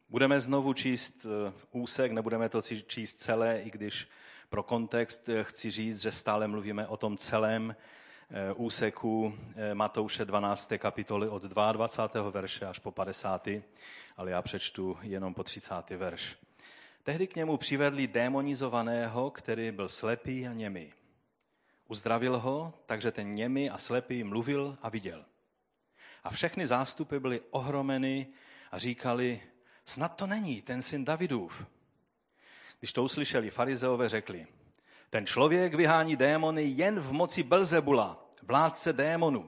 Budeme znovu číst úsek, nebudeme to číst celé, i když pro kontext chci říct, že stále mluvíme o tom celém úseku Matouše 12. kapitoly od 22. verše až po 50. Ale já přečtu jenom po 30. verš. Tehdy k němu přivedli démonizovaného, který byl slepý a němý. Uzdravil ho, takže ten němý a slepý mluvil a viděl. A všechny zástupy byly ohromeny a říkali, snad to není ten syn Davidův. Když to uslyšeli, farizeové řekli, ten člověk vyhání démony jen v moci Belzebula, vládce démonů.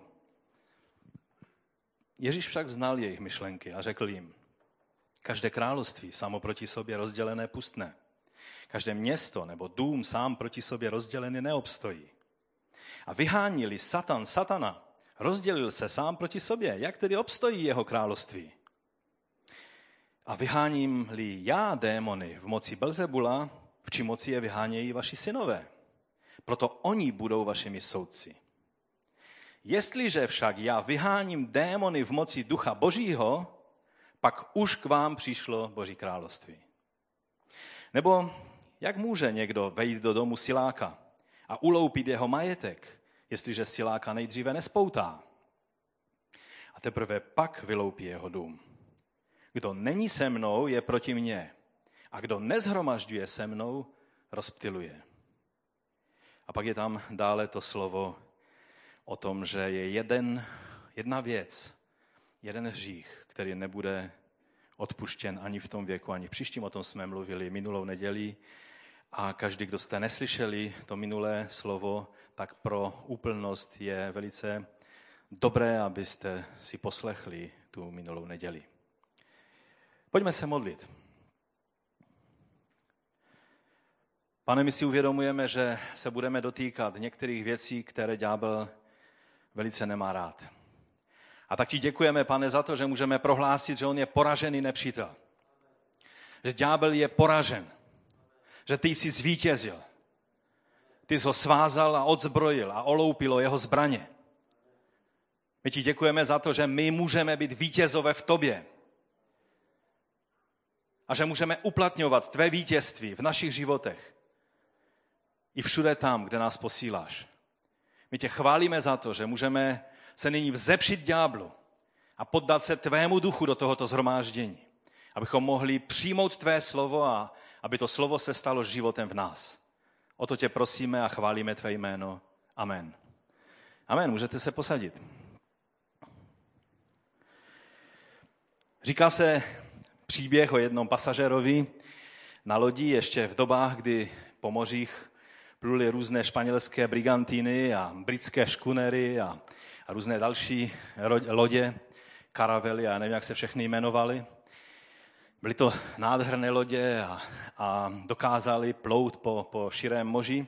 Ježíš však znal jejich myšlenky a řekl jim, každé království samo proti sobě rozdělené pustne. Každé město nebo dům sám proti sobě rozdělený neobstojí. A vyhánili Satan satana, rozdělil se sám proti sobě. Jak tedy obstojí jeho království? A vyháním-li já démony v moci Belzebula, v čí moci je vyhánějí vaši synové. Proto oni budou vašimi soudci. Jestliže však já vyháním démony v moci Ducha Božího, pak už k vám přišlo Boží království. Nebo jak může někdo vejít do domu siláka a uloupit jeho majetek, jestliže siláka nejdříve nespoutá? A teprve pak vyloupí jeho dům. Kdo není se mnou, je proti mně. A kdo nezhromažďuje se mnou, rozptyluje. A pak je tam dále to slovo o tom, že je jedna věc, jeden hřích, který nebude odpuštěn ani v tom věku, ani v příštím. O tom jsme mluvili minulou neděli. A každý, kdo jste neslyšeli to minulé slovo, tak pro úplnost je velice dobré, abyste si poslechli tu minulou neděli. Pojďme se modlit. Pane, my si uvědomujeme, že se budeme dotýkat některých věcí, které ďábel velice nemá rád. A tak ti děkujeme, Pane, za to, že můžeme prohlásit, že on je poražený nepřítel. Že ďábel je poražen. Že ty jsi zvítězil. Ty jsi ho svázal a odzbrojil a oloupilo jeho zbraně. My ti děkujeme za to, že my můžeme být vítězové v tobě. A že můžeme uplatňovat tvé vítězství v našich životech. I všude tam, kde nás posíláš. My tě chválíme za to, že můžeme se nyní vzepřít ďáblu a poddat se tvému duchu do tohoto shromáždění. Abychom mohli přijmout tvé slovo a aby to slovo se stalo životem v nás. O to tě prosíme a chválíme tvé jméno. Amen. Amen. Můžete se posadit. Říká se příběh o jednom pasažérovi na lodi ještě v dobách, kdy po mořích pluly různé španělské brigantiny a britské škunery a různé další lodě, karavely a nevím, jak se všechny jmenovaly. Byly to nádherné lodě a dokázali plout po širém moři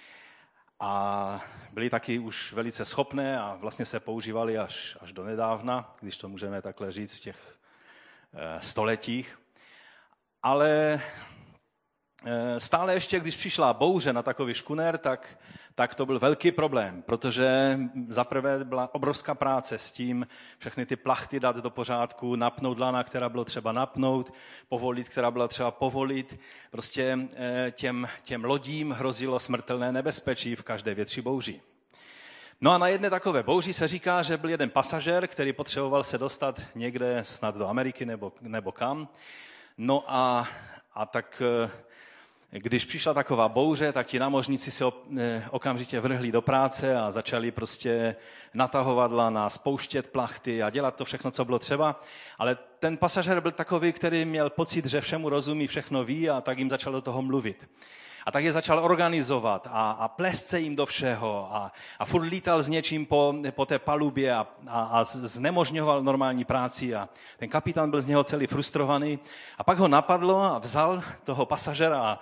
a byly taky už velice schopné a vlastně se používaly až do nedávna, když to můžeme takhle říct v těch stoletích. Ale stále ještě, když přišla bouře na takový škuner, tak to byl velký problém, protože zaprvé byla obrovská práce s tím, všechny ty plachty dát do pořádku, napnout lana, která bylo třeba napnout, povolit, která byla třeba povolit. Prostě těm lodím hrozilo smrtelné nebezpečí v každé větší bouři. No a na jedné takové bouři se říká, že byl jeden pasažér, který potřeboval se dostat někde snad do Ameriky nebo kam. No a tak když přišla taková bouře, tak ti námořníci se okamžitě vrhli do práce a začali prostě natahovat lana, spouštět plachty a dělat to všechno, co bylo třeba. Ale ten pasažér byl takový, který měl pocit, že všemu rozumí, všechno ví a tak jim začal do toho mluvit. A tak je začal organizovat a plést se jim do všeho a furt lítal s něčím po té palubě a znemožňoval normální práci a ten kapitán byl z něho celý frustrovaný. A pak ho napadlo a vzal toho pasažera a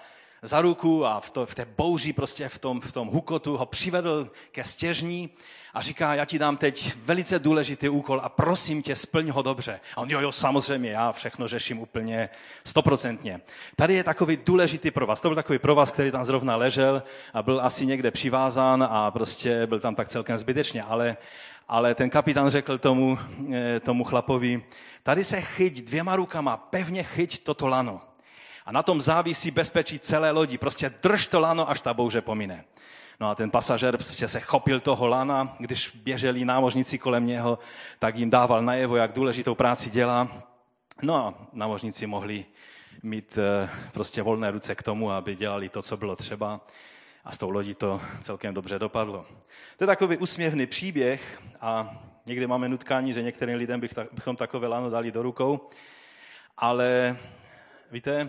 za ruku a v té bouři, prostě v tom hukotu ho přivedl ke stěžní a říká, já ti dám teď velice důležitý úkol a prosím tě, splň ho dobře. A on, jo, samozřejmě, já všechno řeším úplně 100%. Tady je takový důležitý provaz. To byl takový provaz, který tam zrovna ležel a byl asi někde přivázán a prostě byl tam tak celkem zbytečně, ale ten kapitán řekl tomu chlapovi, tady se chyť 2 rukama, pevně chyť toto lano. A na tom závisí bezpečí celé lodi. Prostě drž to lano, až ta bouře pomine. No a ten pasažér prostě se chopil toho lana, když běželi námořníci kolem něho, tak jim dával najevo, jak důležitou práci dělá. No a námořníci mohli mít prostě volné ruce k tomu, aby dělali to, co bylo třeba. A s tou lodí to celkem dobře dopadlo. To je takový úsměvný příběh a někdy máme nutkání, že některým lidem bychom takové lano dali do rukou. Ale víte,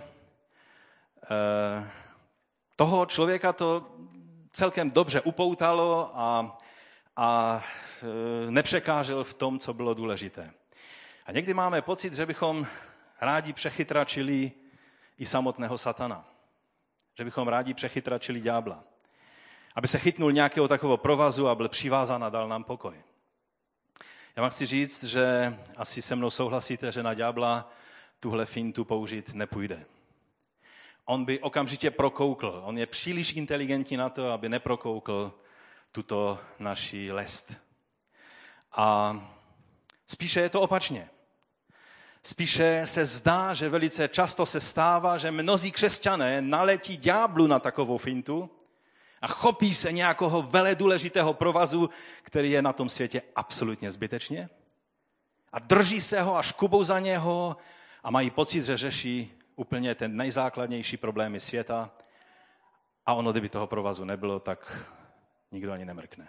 toho člověka to celkem dobře upoutalo a nepřekážel v tom, co bylo důležité. A někdy máme pocit, že bychom rádi přechytračili i samotného satana. Že bychom rádi přechytračili ďábla. Aby se chytnul nějakého takového provazu a byl přivázán a dal nám pokoj. Já vám chci říct, že asi se mnou souhlasíte, že na ďábla tuhle fintu použít nepůjde. On by okamžitě prokoukl. On je příliš inteligentní na to, aby neprokoukl tuto naši lest. A spíše je to opačně. Spíše se zdá, že velice často se stává, že mnozí křesťané naletí ďáblu na takovou fintu a chopí se nějakého veledůležitého provazu, který je na tom světě absolutně zbytečně a drží se ho a škubou za něho a mají pocit, že řeší úplně ten nejzákladnější problémy světa a ono, kdyby toho provazu nebylo, tak nikdo ani nemrkne.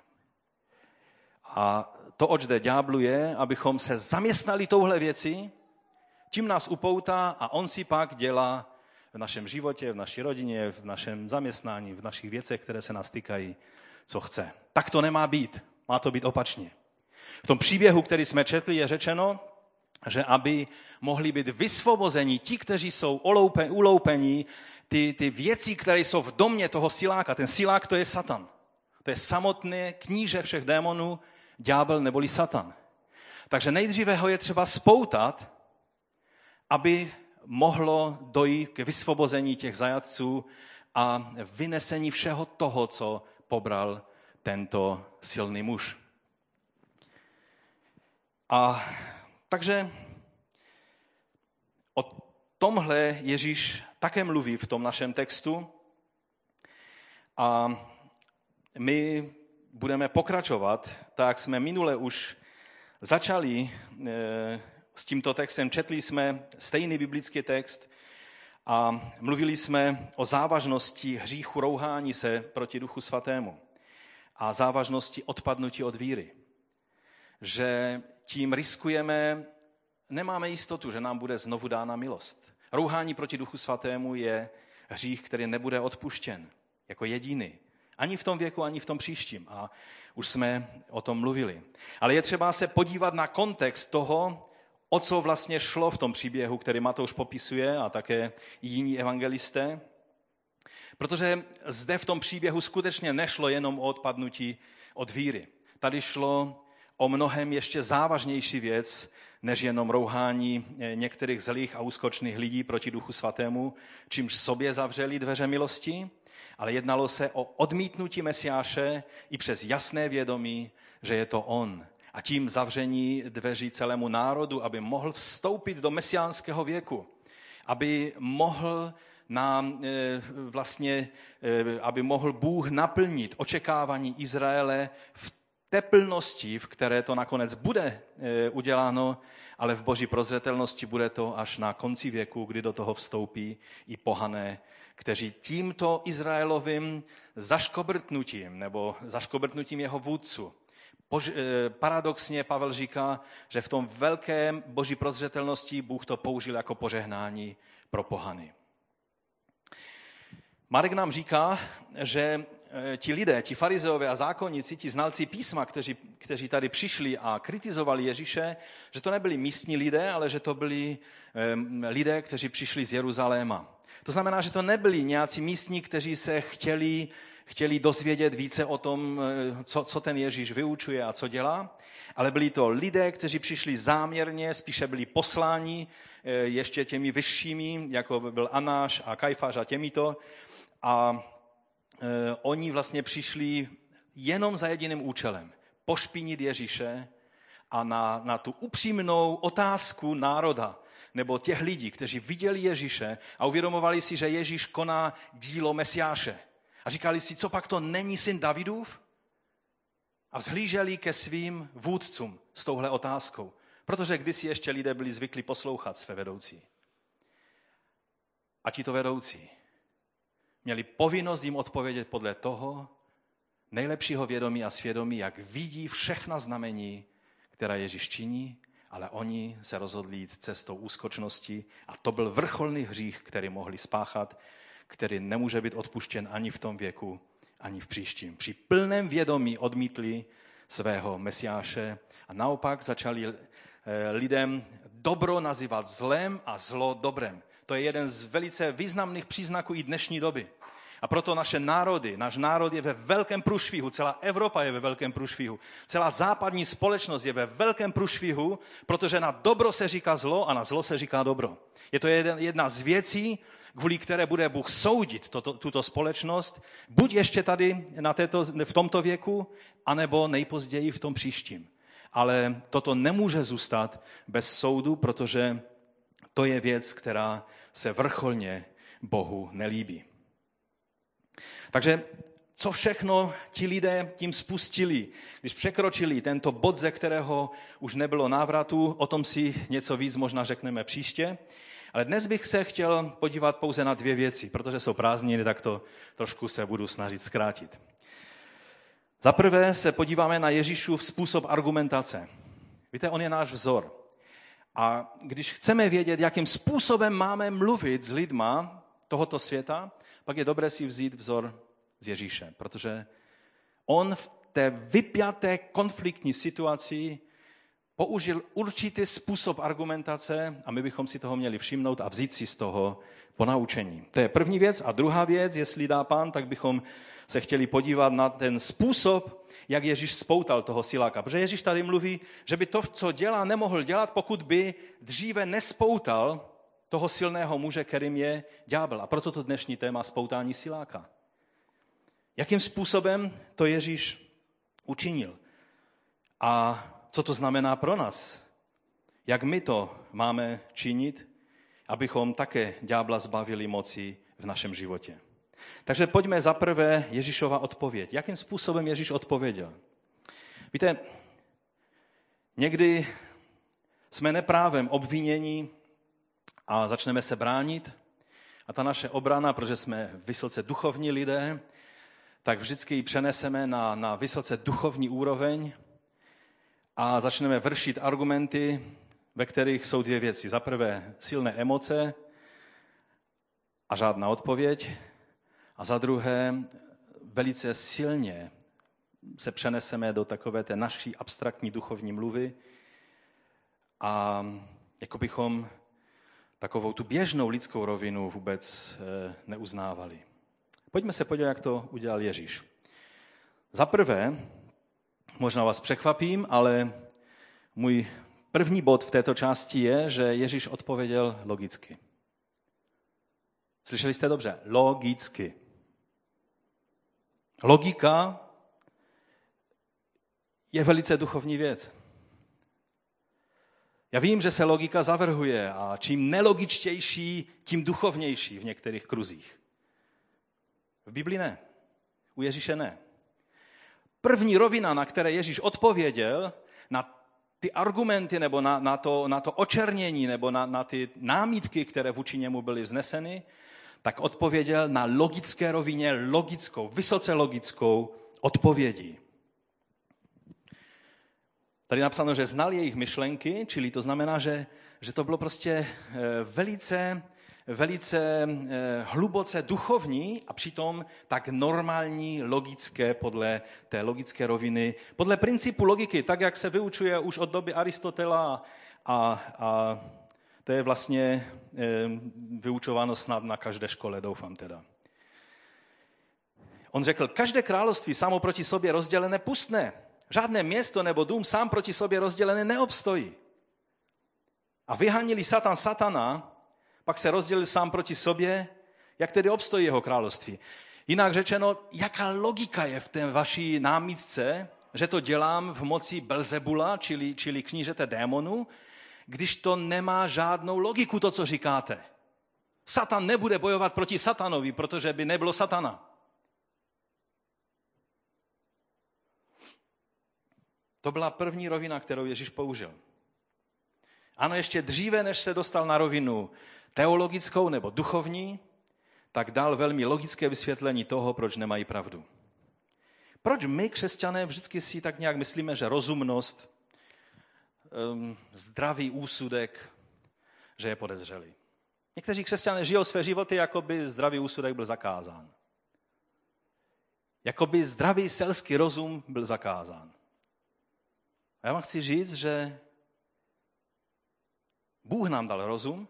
A to, oč jde ďáblu, je, abychom se zaměstnali touhle věcí, tím nás upoutá a on si pak dělá v našem životě, v naší rodině, v našem zaměstnání, v našich věcech, které se nás týkají, co chce. Tak to nemá být. Má to být opačně. V tom příběhu, který jsme četli, je řečeno, že aby mohli být vysvobozeni ti, kteří jsou uloupení, ty věci, které jsou v domě toho siláka. Ten silák, to je Satan. To je samotný kníže všech démonů, ďábel neboli Satan. Takže nejdříve ho je třeba spoutat, aby mohlo dojít k vysvobození těch zajatců a vynesení všeho toho, co pobral tento silný muž. A takže o tomhle Ježíš také mluví v tom našem textu a my budeme pokračovat, tak jak jsme minule už začali s tímto textem, četli jsme stejný biblický text a mluvili jsme o závažnosti hříchu rouhání se proti Duchu Svatému a závažnosti odpadnutí od víry. Že tím riskujeme, nemáme jistotu, že nám bude znovu dána milost. Rouhání proti Duchu Svatému je hřích, který nebude odpuštěn jako jediný. Ani v tom věku, ani v tom příštím. A už jsme o tom mluvili. Ale je třeba se podívat na kontext toho, o co vlastně šlo v tom příběhu, který Matouš popisuje a také jiní evangelisté. Protože zde v tom příběhu skutečně nešlo jenom o odpadnutí od víry. Tady šlo o mnohem ještě závažnější věc, než jenom rouhání některých zlých a úskočných lidí proti Duchu Svatému, čímž sobě zavřeli dveře milosti, ale jednalo se o odmítnutí Mesiáše i přes jasné vědomí, že je to on. A tím zavření dveří celému národu, aby mohl vstoupit do mesiánského věku, aby mohl aby mohl Bůh naplnit očekávání Izraele v té plnosti, v které to nakonec bude uděláno, ale v Boží prozřetelnosti bude to až na konci věku, kdy do toho vstoupí i pohané, kteří tímto Izraelovým zaškobrtnutím nebo zaškobrtnutím jeho vůdců. Paradoxně Pavel říká, že v tom velkém Boží prozřetelnosti Bůh to použil jako požehnání pro pohany. Marek nám říká, že ti lidé, ti farizeové a zákonníci, ti znalci písma, kteří tady přišli a kritizovali Ježíše, že to nebyli místní lidé, ale že to byli lidé, kteří přišli z Jeruzaléma. To znamená, že to nebyli nějací místní, kteří se chtěli dozvědět více o tom, co ten Ježíš vyučuje a co dělá, ale byli to lidé, kteří přišli záměrně, spíše byli posláni ještě těmi vyššími, jako byl Anáš a Kajfáš a těmito. A oni vlastně přišli jenom za jediným účelem. Pošpinit Ježíše a na tu upřímnou otázku národa nebo těch lidí, kteří viděli Ježíše a uvědomovali si, že Ježíš koná dílo Mesiáše. A říkali si, co pak to není syn Davidův? A vzhlíželi ke svým vůdcům s touhle otázkou. Protože kdysi ještě lidé byli zvyklí poslouchat své vedoucí. A tito vedoucí měli povinnost jim odpovědět podle toho nejlepšího vědomí a svědomí, jak vidí všechna znamení, která Ježíš činí, ale oni se rozhodli jít cestou úskočnosti a to byl vrcholný hřích, který mohli spáchat, který nemůže být odpuštěn ani v tom věku, ani v příštím. Při plném vědomí odmítli svého Mesiáše a naopak začali lidem dobro nazývat zlem a zlo dobrem. To je jeden z velice významných příznaků i dnešní doby. A proto náš národ je ve velkém průšvihu, celá Evropa je ve velkém průšvihu, celá západní společnost je ve velkém průšvihu, protože na dobro se říká zlo a na zlo se říká dobro. Je to jedna z věcí, kvůli které bude Bůh soudit tuto společnost, buď ještě tady v tomto věku, anebo nejpozději v tom příštím. Ale toto nemůže zůstat bez soudu, protože to je věc, která se vrcholně Bohu nelíbí. Takže co všechno ti lidé tím spustili, když překročili tento bod, ze kterého už nebylo návratu, o tom si něco víc možná řekneme příště. Ale dnes bych se chtěl podívat pouze na 2 věci, protože jsou prázdniny, tak to trošku se budu snažit zkrátit. Za prvé se podíváme na Ježíšův způsob argumentace. Víte, on je náš vzor. A když chceme vědět, jakým způsobem máme mluvit s lidma tohoto světa, pak je dobré si vzít vzor z Ježíše, protože on v té vypjaté konfliktní situaci použil určitý způsob argumentace a my bychom si toho měli všimnout a vzít si z toho ponaučení. To je první věc. A druhá věc, jestli dá Pán, tak bychom se chtěli podívat na ten způsob, jak Ježíš spoutal toho siláka. Protože Ježíš tady mluví, že by to, co dělá, nemohl dělat, pokud by dříve nespoutal toho silného muže, kterým je ďábel. A proto to dnešní téma spoutání siláka. Jakým způsobem to Ježíš učinil? A co to znamená pro nás? Jak my to máme činit, abychom také ďábla zbavili moci v našem životě? Takže pojďme za prvé Ježíšova odpověď. Jakým způsobem Ježíš odpověděl? Víte, někdy jsme neprávem obvinění a začneme se bránit a ta naše obrana, protože jsme vysoce duchovní lidé, tak vždycky ji přeneseme na vysoce duchovní úroveň a začneme vršit argumenty, ve kterých jsou 2 věci. Za prvé silné emoce a žádná odpověď. A za druhé velice silně se přeneseme do takové té naší abstraktní duchovní mluvy a jako bychom takovou tu běžnou lidskou rovinu vůbec neuznávali. Pojďme se podívat, jak to udělal Ježíš. Za prvé, možná vás překvapím, ale můj první bod v této části je, že Ježíš odpověděl logicky. Slyšeli jste dobře? Logicky. Logika je velice duchovní věc. Já vím, že se logika zavrhuje a čím nelogičtější, tím duchovnější v některých kruzích. V Biblii ne. U Ježíše ne. První rovina, na které Ježíš odpověděl, na ty argumenty nebo na to očernění nebo na ty námitky, které vůči němu byly vzneseny, tak odpověděl na logické rovině, logickou, vysoce logickou odpovědí. Tady je napsáno, že znal jejich myšlenky, čili to znamená, že to bylo prostě velice hluboce duchovní a přitom tak normální, logické podle té logické roviny, podle principu logiky, tak jak se vyučuje už od doby Aristotela a To je vlastně vyučováno snad na každé škole, doufám teda. On řekl, každé království samo proti sobě rozdělené pustné. Žádné město nebo dům sám proti sobě rozdělené neobstojí. A vyhanili Satan satana, pak se rozdělil sám proti sobě, jak tedy obstojí jeho království. Jinak řečeno, jaká logika je v té vaší námitce, že to dělám v moci Belzebula, čili knížete démonů, když to nemá žádnou logiku, to, co říkáte. Satan nebude bojovat proti satanovi, protože by nebylo satana. To byla první rovina, kterou Ježíš použil. Ano, ještě dříve, než se dostal na rovinu teologickou nebo duchovní, tak dal velmi logické vysvětlení toho, proč nemají pravdu. Proč my, křesťané, vždycky si tak nějak myslíme, že rozumnost, zdravý úsudek, že je podezřelý. Někteří křesťané žijou své životy, jako by zdravý úsudek byl zakázán. Jako by zdravý selský rozum byl zakázán. A já vám chci říct, že Bůh nám dal rozum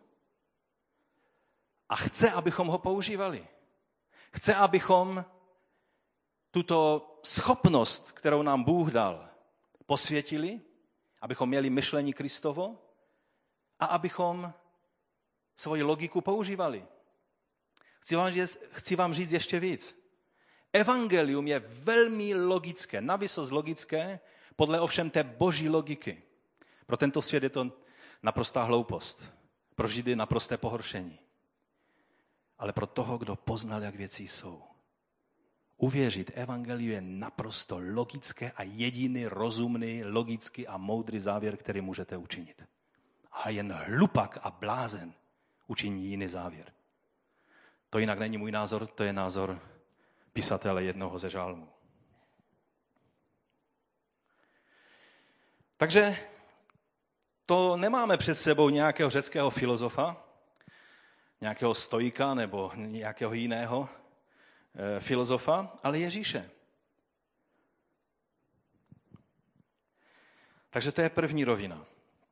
a chce, abychom ho používali. Chce, abychom tuto schopnost, kterou nám Bůh dal, posvětili, abychom měli myšlení Kristovo a abychom svoji logiku používali. Chci vám říct ještě víc. Evangelium je velmi logické, navysost logické, podle ovšem té boží logiky. Pro tento svět je to naprostá hloupost. Pro Židy naprosté pohoršení. Ale pro toho, kdo poznal, jak věci jsou. Uvěřit evangeliu je naprosto logické a jediný rozumný, logický a moudrý závěr, který můžete učinit. A jen hlupak a blázen učiní jiný závěr. To jinak není můj názor, to je názor pisatele jednoho ze žálmů. Takže to nemáme před sebou nějakého řeckého filozofa, nějakého stoika nebo nějakého jiného filozofa, ale Ježíše. Takže to je první rovina.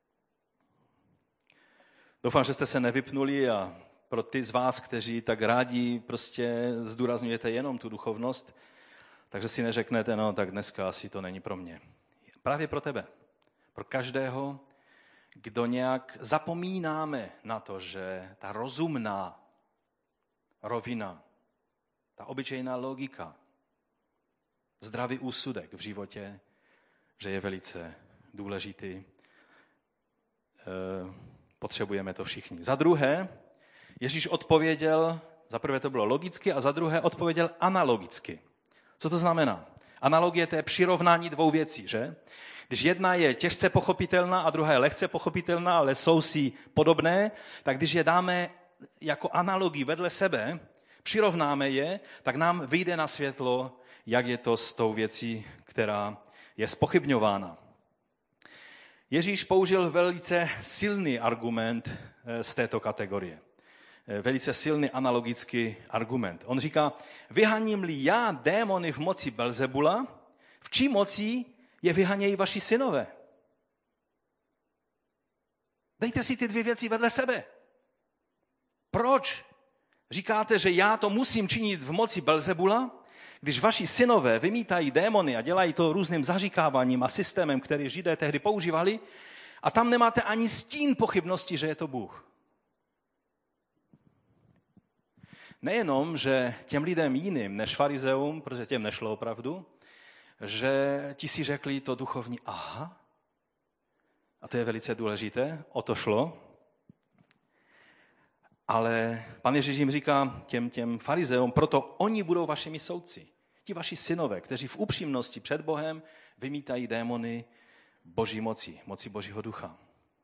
Doufám, že jste se nevypnuli a pro ty z vás, kteří tak rádi prostě zdůrazňujete jenom tu duchovnost, takže si neřeknete, no tak dneska asi to není pro mě. Právě pro tebe. Pro každého, kdo nějak zapomínáme na to, že ta rozumná rovina, ta obyčejná logika, zdravý úsudek v životě, že je velice důležitý. Potřebujeme to všichni. Za druhé, Ježíš odpověděl, za prvé to bylo logicky a za druhé odpověděl analogicky. Co to znamená? Analogie to je přirovnání dvou věcí, že? Když jedna je těžce pochopitelná a druhá je lehce pochopitelná, ale jsou si podobné, tak když je dáme jako analogii vedle sebe, přirovnáme je, tak nám vyjde na světlo, jak je to s tou věcí, která je zpochybňována. Ježíš použil velice silný argument z této kategorie. Velice silný analogický argument. On říká, vyhaním-li já démony v moci Belzebula, v čí moci je vyhanějí vaši synové? Dejte si ty dvě věci vedle sebe. Proč říkáte, že já to musím činit v moci Belzebula, když vaši synové vymítají démony a dělají to různým zaříkáváním a systémem, který Židé tehdy používali, a tam nemáte ani stín pochybnosti, že je to Bůh? Nejenom, že těm lidem jiným než farizeum, protože těm nešlo opravdu, že ti si řekli to duchovní, aha, a to je velice důležité, o to šlo, ale Pan Ježíš jim říká těm farizeům, proto oni budou vašimi soudci. Ti vaši synové, kteří v upřímnosti před Bohem vymítají démony Boží moci Božího ducha.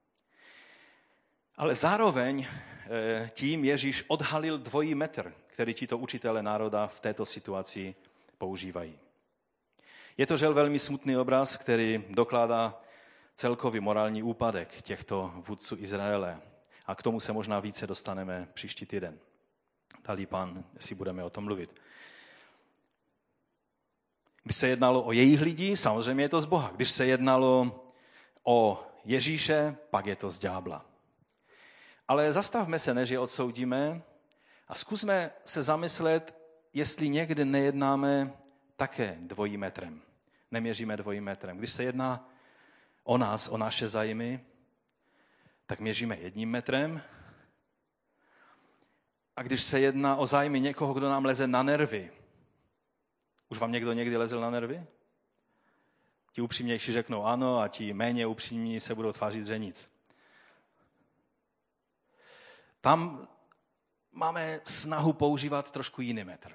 Ale zároveň tím Ježíš odhalil dvojí metr, který tito učitelé národa v této situaci používají. Je to žel velmi smutný obraz, který dokládá celkový morální úpadek těchto vůdců Izraele. A k tomu se možná více dostaneme příští týden. Dali Pán, jestli budeme o tom mluvit. Když se jednalo o jejich lidi, samozřejmě je to z Boha. Když se jednalo o Ježíše, pak je to z ďábla. Ale zastavme se, než je odsoudíme, a zkusme se zamyslet, jestli někdy nejednáme také dvojím metrem. Neměříme dvojím metrem. Když se jedná o nás, o naše zájmy, tak měříme 1 metrem. A když se jedná o zájmy někoho, kdo nám leze na nervy, už vám někdo někdy lezl na nervy? Ti upřímnější řeknou ano a ti méně upřímní se budou tvářit, že nic. Tam máme snahu používat trošku jiný metr.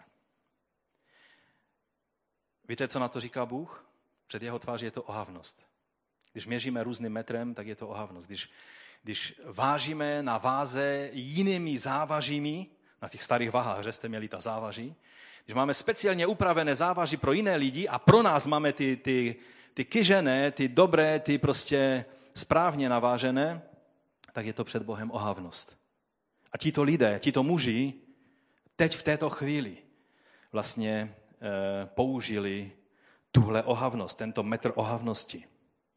Víte, co na to říká Bůh? Před jeho tváří je to ohavnost. Když měříme různým metrem, tak je to ohavnost. Když vážíme na váze jinými závažími, na těch starých vahách, že jste měli ta závaží, když máme speciálně upravené závaží pro jiné lidi a pro nás máme ty kyžené, ty dobré, ty prostě správně navážené, tak je to před Bohem ohavnost. A tito lidé, tito muži teď v této chvíli vlastně použili tuhle ohavnost, tento metr ohavnosti.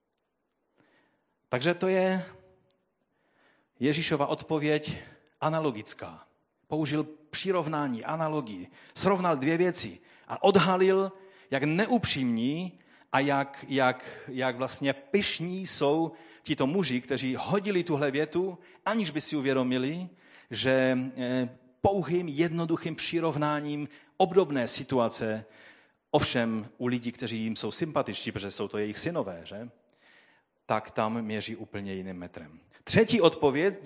Takže to je Ježíšova odpověď analogická. Použil přirovnání, analogii, srovnal 2 věci a odhalil, jak neupřímní a jak vlastně pyšní jsou tito muži, kteří hodili tuhle větu, aniž by si uvědomili, že pouhým jednoduchým přirovnáním obdobné situace, ovšem u lidí, kteří jim jsou sympatičtí, protože jsou to jejich synové, že? Tak tam měří úplně jiným metrem. Třetí odpověď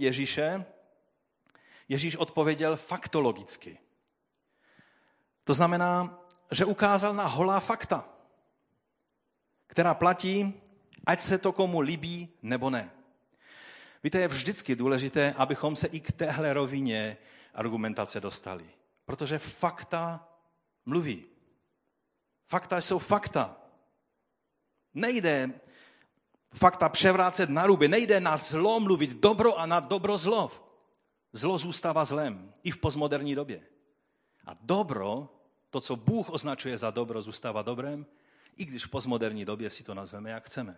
Ježíš odpověděl faktologicky. To znamená, že ukázal na holá fakta, která platí, ať se to komu líbí nebo ne. Víte, je vždycky důležité, abychom se i k téhle rovině argumentace dostali. Protože fakta mluví. Fakta jsou fakta. Nejde fakta převrácet na ruby, nejde na zlo mluvit dobro a na dobro zlo. Zlo zůstává zlem i v postmoderní době. A dobro, to, co Bůh označuje za dobro, zůstává dobrem, i když v postmoderní době si to nazveme, jak chceme.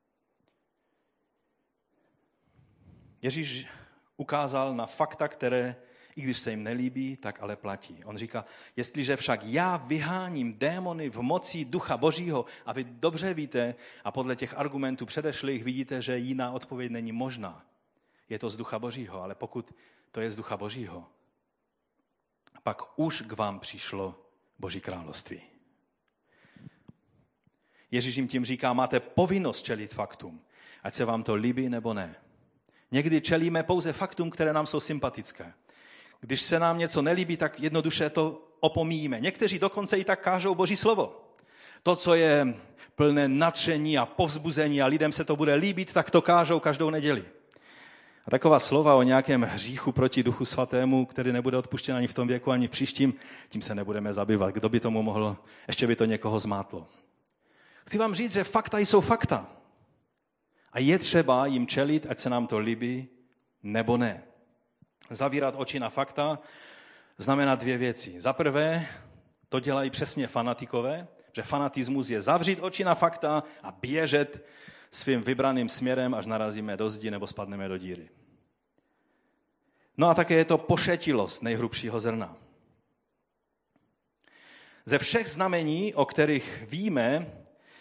Ježíš ukázal na fakta, které, i když se jim nelíbí, tak ale platí. On říká, jestliže však já vyháním démony v moci Ducha Božího, a vy dobře víte, a podle těch argumentů předešlých vidíte, že jiná odpověď není možná. Je to z Ducha Božího, ale pokud to je z Ducha Božího, pak už k vám přišlo Boží království. Ježíš jim tím říká, máte povinnost čelit faktům, ať se vám to líbí nebo ne. Někdy čelíme pouze faktům, které nám jsou sympatické. Když se nám něco nelíbí, tak jednoduše to opomíjíme. Někteří dokonce i tak kážou Boží slovo. To, co je plné nadšení a povzbuzení a lidem se to bude líbit, tak to kážou každou neděli. A taková slova o nějakém hříchu proti Duchu Svatému, který nebude odpuštěn ani v tom věku, ani v příštím, tím se nebudeme zabývat. Kdo by tomu mohl, ještě by to někoho zmátlo. Chci vám říct, že fakta jsou fakta. A je třeba jim čelit, ať se nám to líbí, nebo ne. Zavírat oči na fakta znamená 2 věci. Za prvé, to dělají přesně fanatikové, že fanatismus je zavřít oči na fakta a běžet svým vybraným směrem, až narazíme do zdi nebo spadneme do díry. No a také je to pošetilost nejhrubšího zrna. Ze všech znamení, o kterých víme,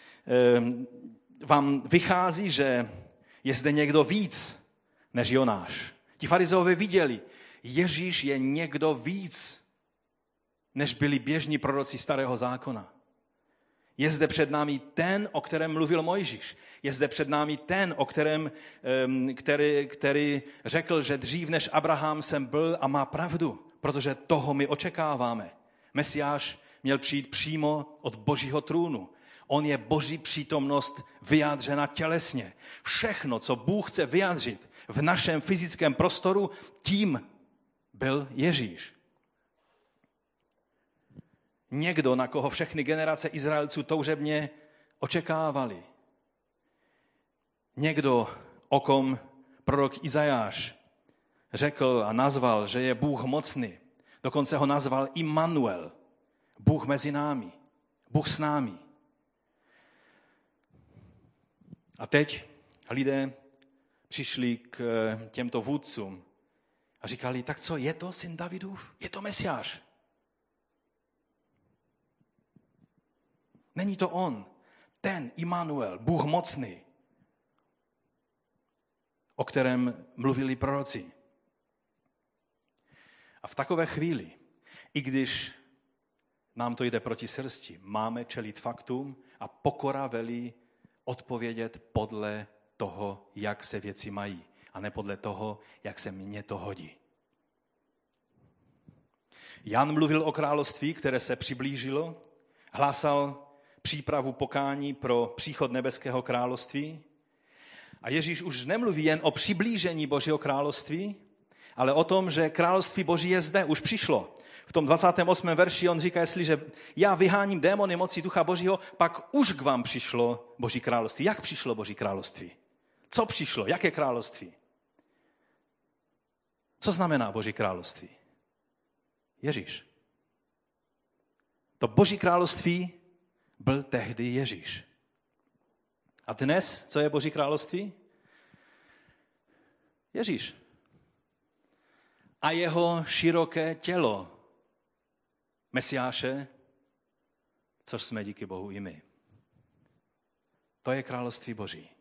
vám vychází, že je zde někdo víc než Jonáš. Ti farizeové viděli, Ježíš je někdo víc, než byli běžní proroci starého zákona. Je zde před námi ten, o kterém mluvil Mojžíš. Je zde před námi ten, o kterém, který řekl, že dřív než Abraham jsem byl a má pravdu, protože toho my očekáváme. Mesiáš měl přijít přímo od Božího trůnu. On je Boží přítomnost vyjádřena tělesně. Všechno, co Bůh chce vyjádřit v našem fyzickém prostoru, tím byl Ježíš. Někdo, na koho všechny generace Izraelců toužebně očekávali. Někdo, o kom prorok Izajáš řekl a nazval, že je Bůh mocný. Dokonce ho nazval Immanuel, Bůh mezi námi, Bůh s námi. A teď lidé přišli k těmto vůdcům A říkali, tak co, je to syn Davidův? Je to Mesiáš? Není to on, ten Immanuel, Bůh mocný, o kterém mluvili proroci. A v takové chvíli, i když nám to jde proti srsti, máme čelit faktům a pokora velí odpovědět podle toho, jak se věci mají, a ne podle toho, jak se mně to hodí. Jan mluvil o království, které se přiblížilo, hlásal přípravu pokání pro příchod nebeského království. A Ježíš už nemluví jen o přiblížení Božího království, ale o tom, že království Boží je zde, už přišlo. V tom 28. verši on říká, jestliže já vyháním démony moci Ducha Božího, pak už k vám přišlo Boží království. Jak přišlo Boží království? Co přišlo? Jaké království? Co znamená Boží království? Ježíš. To Boží království byl tehdy Ježíš. A dnes, co je Boží království? Ježíš. A jeho široké tělo Mesiáše, což jsme díky Bohu i my. To je království Boží.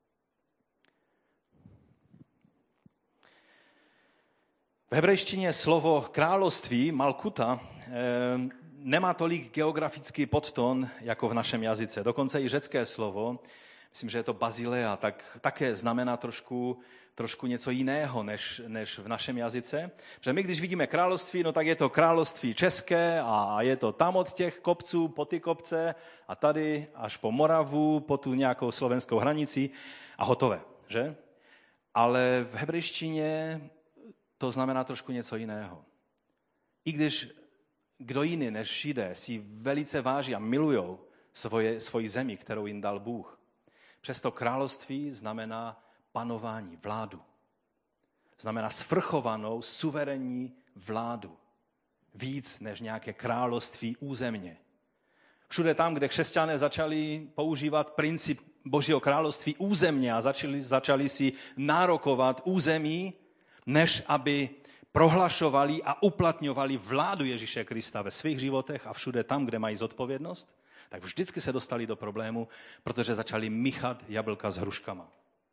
V hebrejštině slovo království, malkuta, nemá tolik geografický podton jako v našem jazyce. Dokonce i řecké slovo, myslím, že je to Bazilea, tak také znamená trošku něco jiného než v našem jazyce. Protože my, když vidíme království, no tak je to království české a je to tam od těch kopců po ty kopce a tady až po Moravu, po tu nějakou slovenskou hranici a hotové, že? Ale v hebrejštině to znamená trošku něco jiného. I když kdo jiný než Židé si velice váží a milují svoji zemi, kterou jim dal Bůh. Přesto království znamená panování, vládu. Znamená svrchovanou, suverénní vládu. Víc než nějaké království územně. Všude tam, kde křesťané začali používat princip Božího království územně a začali si nárokovat území, než aby prohlašovali a uplatňovali vládu Ježíše Krista ve svých životech a všude tam, kde mají zodpovědnost, tak vždycky se dostali do problému, protože začali míchat jablka s hruškama.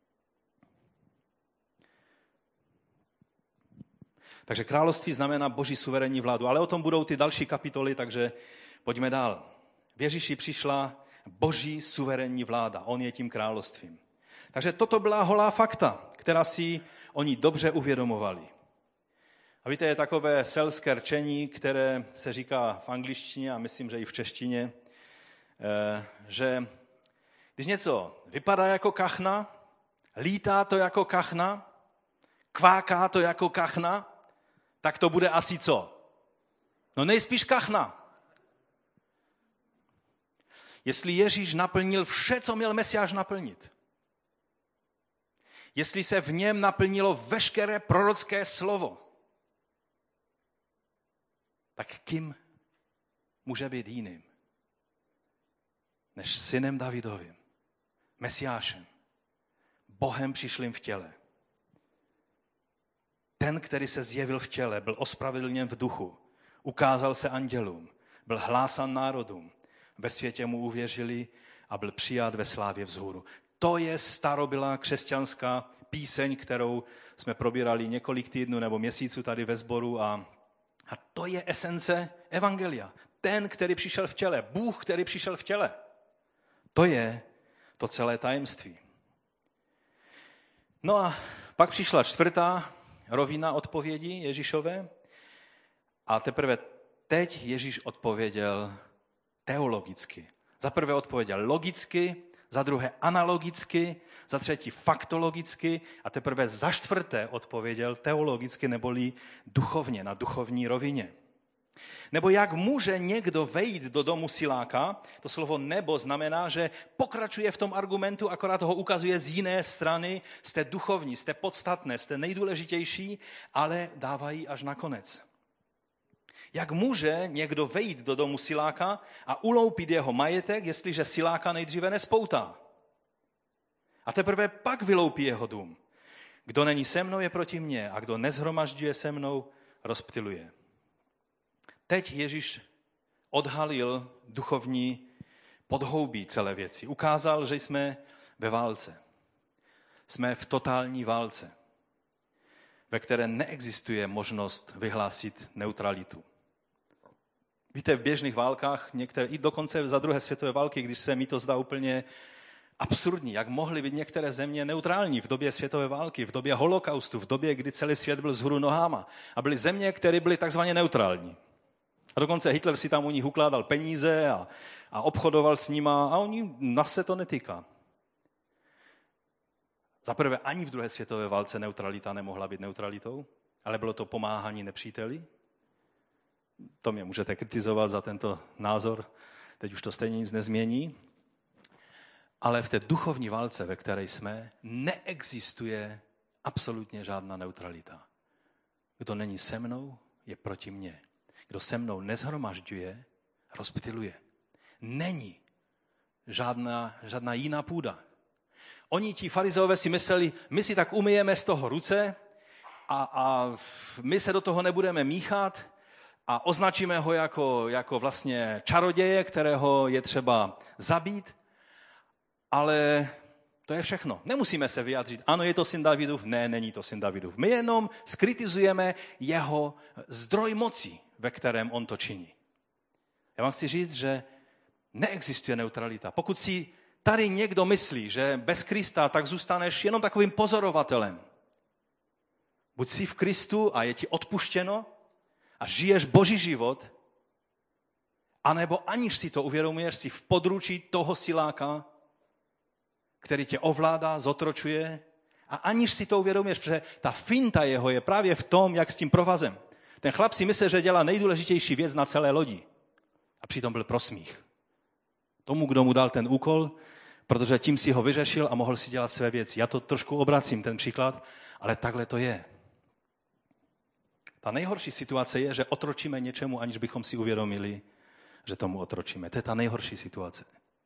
Takže království znamená Boží suverénní vládu, ale o tom budou ty další kapitoly, takže pojďme dál. V Ježíši přišla Boží suverénní vláda, on je tím královstvím. Takže toto byla holá fakta, která si oni dobře uvědomovali. A víte, je takové selské rčení, které se říká v angličtině a myslím, že i v češtině, že když něco vypadá jako kachna, lítá to jako kachna, kváká to jako kachna, tak to bude asi co? No nejspíš kachna. Jestli Ježíš naplnil vše, co měl Mesiáš naplnit, jestli se v něm naplnilo veškeré prorocké slovo, tak kým může být jiným než synem Davidovým, Mesiášem, Bohem přišlým v těle. Ten, který se zjevil v těle, byl ospravedlněn v duchu, ukázal se andělům, byl hlásán národům, ve světě mu uvěřili a byl přijat ve slávě vzhůru. To je starobylá křesťanská píseň, kterou jsme probírali několik týdnů nebo měsíců tady ve sboru a to je esence evangelia. Ten, který přišel v těle, Bůh, který přišel v těle. To je to celé tajemství. No a pak přišla čtvrtá rovina odpovědi Ježíšové a teprve teď Ježíš odpověděl teologicky. Za prvé odpověděl logicky, za druhé analogicky, za třetí faktologicky a teprve za čtvrté odpověděl teologicky neboli duchovně, na duchovní rovině. Nebo jak může někdo vejít do domu siláka, to slovo nebo znamená, že pokračuje v tom argumentu, akorát ho ukazuje z jiné strany, jste duchovní, jste podstatné, jste nejdůležitější, ale dávají až nakonec. Jak může někdo vejít do domu siláka a uloupit jeho majetek, jestliže siláka nejdříve nespoutá? A teprve pak vyloupí jeho dům. Kdo není se mnou, je proti mně, a kdo nezhromažďuje se mnou, rozptyluje. Teď Ježíš odhalil duchovní podhoubí celé věci. Ukázal, že jsme ve válce. Jsme v totální válce, ve které neexistuje možnost vyhlásit neutralitu. Víte, v běžných válkách, i dokonce za druhé světové války, když se mi to zdá úplně absurdní, jak mohly být některé země neutrální v době světové války, v době holokaustu, v době, kdy celý svět byl vzhůru nohama. A byly země, které byly takzvaně neutrální. A dokonce Hitler si tam u nich ukládal peníze a obchodoval s nima a nás se to netýká. Zaprvé ani v druhé světové válce neutralita nemohla být neutralitou, ale bylo to pomáhání nepříteli. To mě můžete kritizovat za tento názor, teď už to stejně nic nezmění. Ale v té duchovní válce, ve které jsme, neexistuje absolutně žádná neutralita. Kdo není se mnou, je proti mně. Kdo se mnou nezhromažďuje, rozptyluje. Není žádná jiná půda. Oni, ti farizeové, si mysleli, my si tak umyjeme z toho ruce a my se do toho nebudeme míchat a označíme ho jako vlastně čaroděje, kterého je třeba zabít, ale to je všechno. Nemusíme se vyjádřit, ano, je to syn Davidův, ne, není to syn Davidův. My jenom skritizujeme jeho zdroj moci, ve kterém on to činí. Já vám chci říct, že neexistuje neutralita. Pokud si tady někdo myslí, že bez Krista tak zůstaneš jenom takovým pozorovatelem. Buď jsi v Kristu a je ti odpuštěno a žiješ boží život, anebo aniž si to uvědomuješ, jsi v područí toho siláka, který tě ovládá, zotročuje a aniž si to uvědomuješ, protože ta finta jeho je právě v tom, jak s tím provazem. Ten chlap si myslel, že dělá nejdůležitější věc na celé lodi a přitom byl prosmích. Tomu, kdo mu dal ten úkol, protože tím si ho vyřešil a mohl si dělat své věci. Já to trošku obracím, ten příklad, ale takhle to je. Ta nejhorší situace je, že otročíme něčemu, aniž bychom si uvědomili, že tomu otročíme. To je ta nejhorší situace.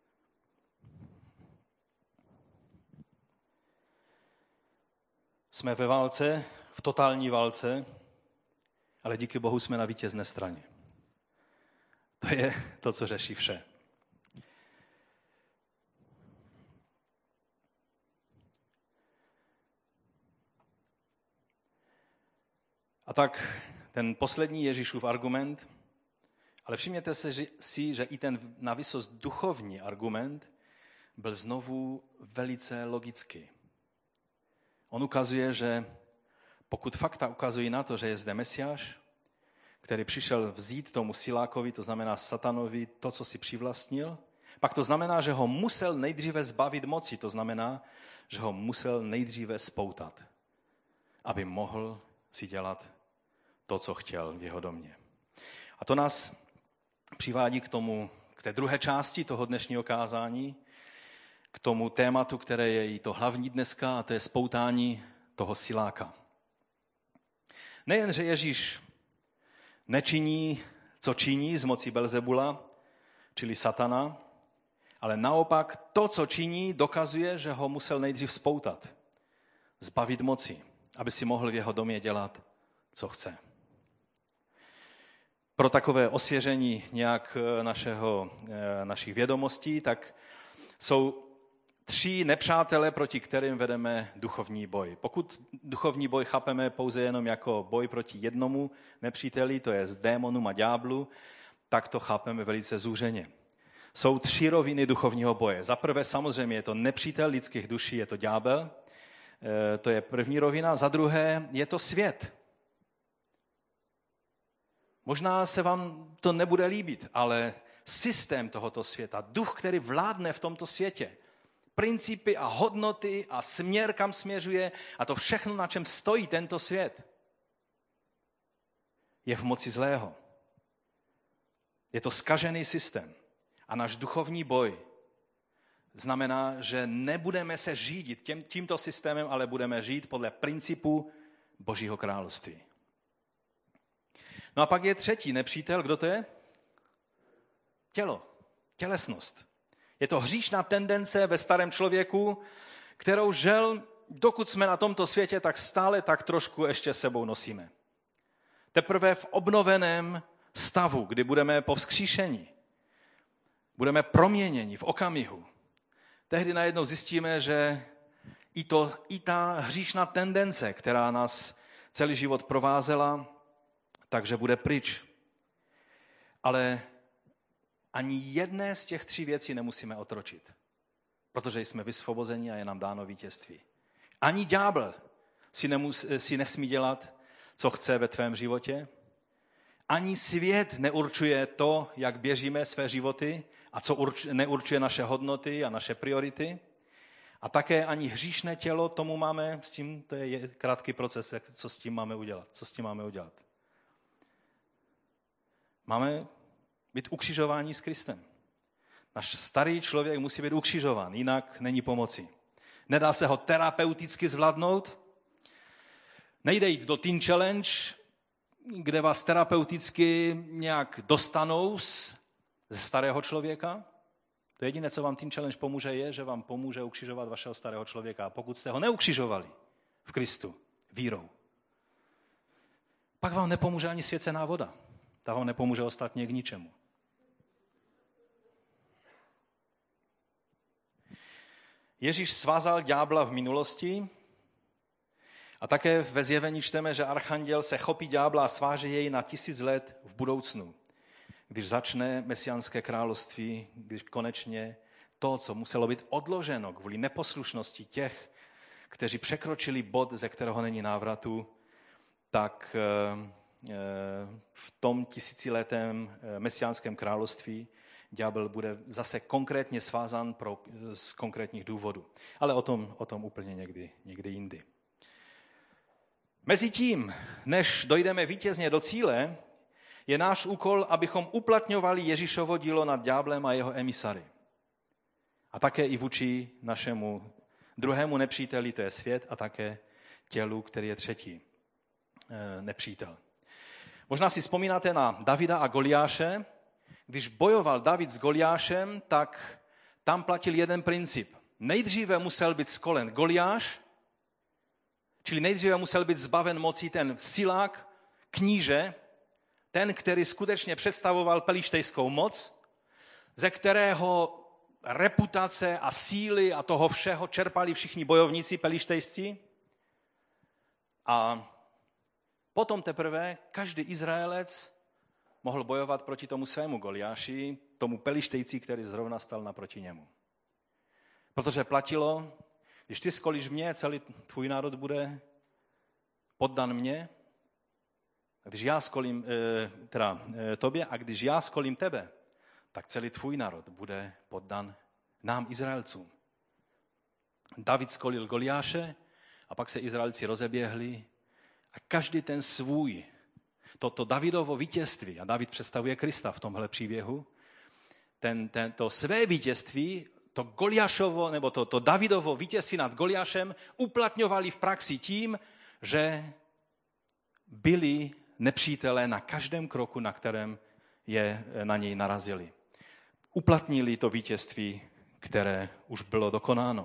Jsme ve válce, v totální válce, ale díky Bohu jsme na vítězné straně. To je to, co řeší vše. A tak ten poslední Ježíšův argument, ale všimněte si, že i ten navysost duchovní argument byl znovu velice logický. On ukazuje, že pokud fakta ukazují na to, že je zde Mesiáš, který přišel vzít tomu silákovi, to znamená satanovi, to, co si přivlastnil, pak to znamená, že ho musel nejdříve zbavit moci, to znamená, že ho musel nejdříve spoutat, aby mohl si dělat to, co chtěl v jeho domě. A to nás přivádí k té druhé části toho dnešního kázání, k tomu tématu, které je i to hlavní dneska, a to je spoutání toho siláka. Nejen, že Ježíš nečiní, co činí z moci Belzebula, čili satana, ale naopak to, co činí, dokazuje, že ho musel nejdřív spoutat, zbavit moci, aby si mohl v jeho domě dělat, co chce. Pro takové osvěžení nějak našich vědomostí, tak jsou 3 nepřátelé, proti kterým vedeme duchovní boj. Pokud duchovní boj chápeme pouze jenom jako boj proti jednomu nepříteli, to je s démonům a ďáblu, tak to chápeme velice zúženě. Jsou 3 roviny duchovního boje. Za prvé samozřejmě je to nepřítel lidských duší, je to ďábel, to je první rovina. Za druhé je to svět. Možná se vám to nebude líbit, ale systém tohoto světa, duch, který vládne v tomto světě, principy a hodnoty a směr, kam směřuje a to všechno, na čem stojí tento svět, je v moci zlého. Je to zkažený systém. A náš duchovní boj znamená, že nebudeme se řídit tímto systémem, ale budeme žít podle principu Božího království. No a pak je 3. nepřítel, kdo to je? Tělo, tělesnost. Je to hříšná tendence ve starém člověku, kterou žel dokud jsme na tomto světě, tak stále tak trošku ještě sebou nosíme. Teprve v obnoveném stavu, kdy budeme po vzkříšení, budeme proměněni v okamihu, tehdy najednou zjistíme, že i ta hříšná tendence, která nás celý život provázela, takže bude pryč. Ale ani jedné z těch 3 věcí nemusíme otročit, protože jsme vysvobozeni a je nám dáno vítězství. Ani ďábel si nesmí dělat, co chce ve tvém životě. Ani svět neurčuje to, jak běžíme své životy a co neurčuje naše hodnoty a naše priority. A také ani hříšné tělo, tomu máme, s tím, to je krátký proces, co s tím máme udělat. Máme být ukřižováni s Kristem. Náš starý člověk musí být ukřižován, jinak není pomoci. Nedá se ho terapeuticky zvládnout. Nejde jít do Teen Challenge, kde vás terapeuticky nějak dostanou ze starého člověka. To jediné, co vám Teen Challenge pomůže, je, že vám pomůže ukřižovat vašeho starého člověka. A pokud jste ho neukřižovali v Kristu vírou, pak vám nepomůže ani svěcená voda. Ta vám nepomůže ostatně k ničemu. Ježíš svázal ďábla v minulosti a také ve Zjevení čteme, že archanděl se chopí ďábla a sváže jej na 1000 let v budoucnu, když začne mesiánské království, když konečně to, co muselo být odloženo kvůli neposlušnosti těch, kteří překročili bod, ze kterého není návratu, tak v tom 1000letém mesiánském království ďábel bude zase konkrétně svázán z konkrétních důvodů. Ale o tom úplně někdy jindy. Mezitím, než dojdeme vítězně do cíle, je náš úkol, abychom uplatňovali Ježíšovo dílo nad ďáblem a jeho emisary. A také i vůči našemu druhému nepříteli, to je svět, a také tělu, který je třetí nepřítel. Možná si vzpomínáte na Davida a Goliáše. Když bojoval David s Goliášem, tak tam platil jeden princip. Nejdříve musel být skolen Goliáš, čili nejdříve musel být zbaven moci ten silák, kníže, ten, který skutečně představoval pelištejskou moc, ze kterého reputace a síly a toho všeho čerpali všichni bojovníci pelištejscí. A potom teprve každý Izraelec mohl bojovat proti tomu svému Goliáši, tomu pelištejci, který zrovna stal naproti němu. Protože platilo, když ty skolíš mě, celý tvůj národ bude poddan mně, a když já skolím tobě, a když já skolím tebe, tak celý tvůj národ bude poddan nám, Izraelcům. David skolil Goliáše a pak se Izraelci rozeběhli a každý ten svůj, toto Davidovo vítězství, a David představuje Krista v tomhle příběhu, to své vítězství, to Goliášovo, nebo to Davidovo vítězství nad Goliášem uplatňovali v praxi tím, že byli nepřítelé na každém kroku, na kterém je na něj narazili. Uplatnili to vítězství, které už bylo dokonáno.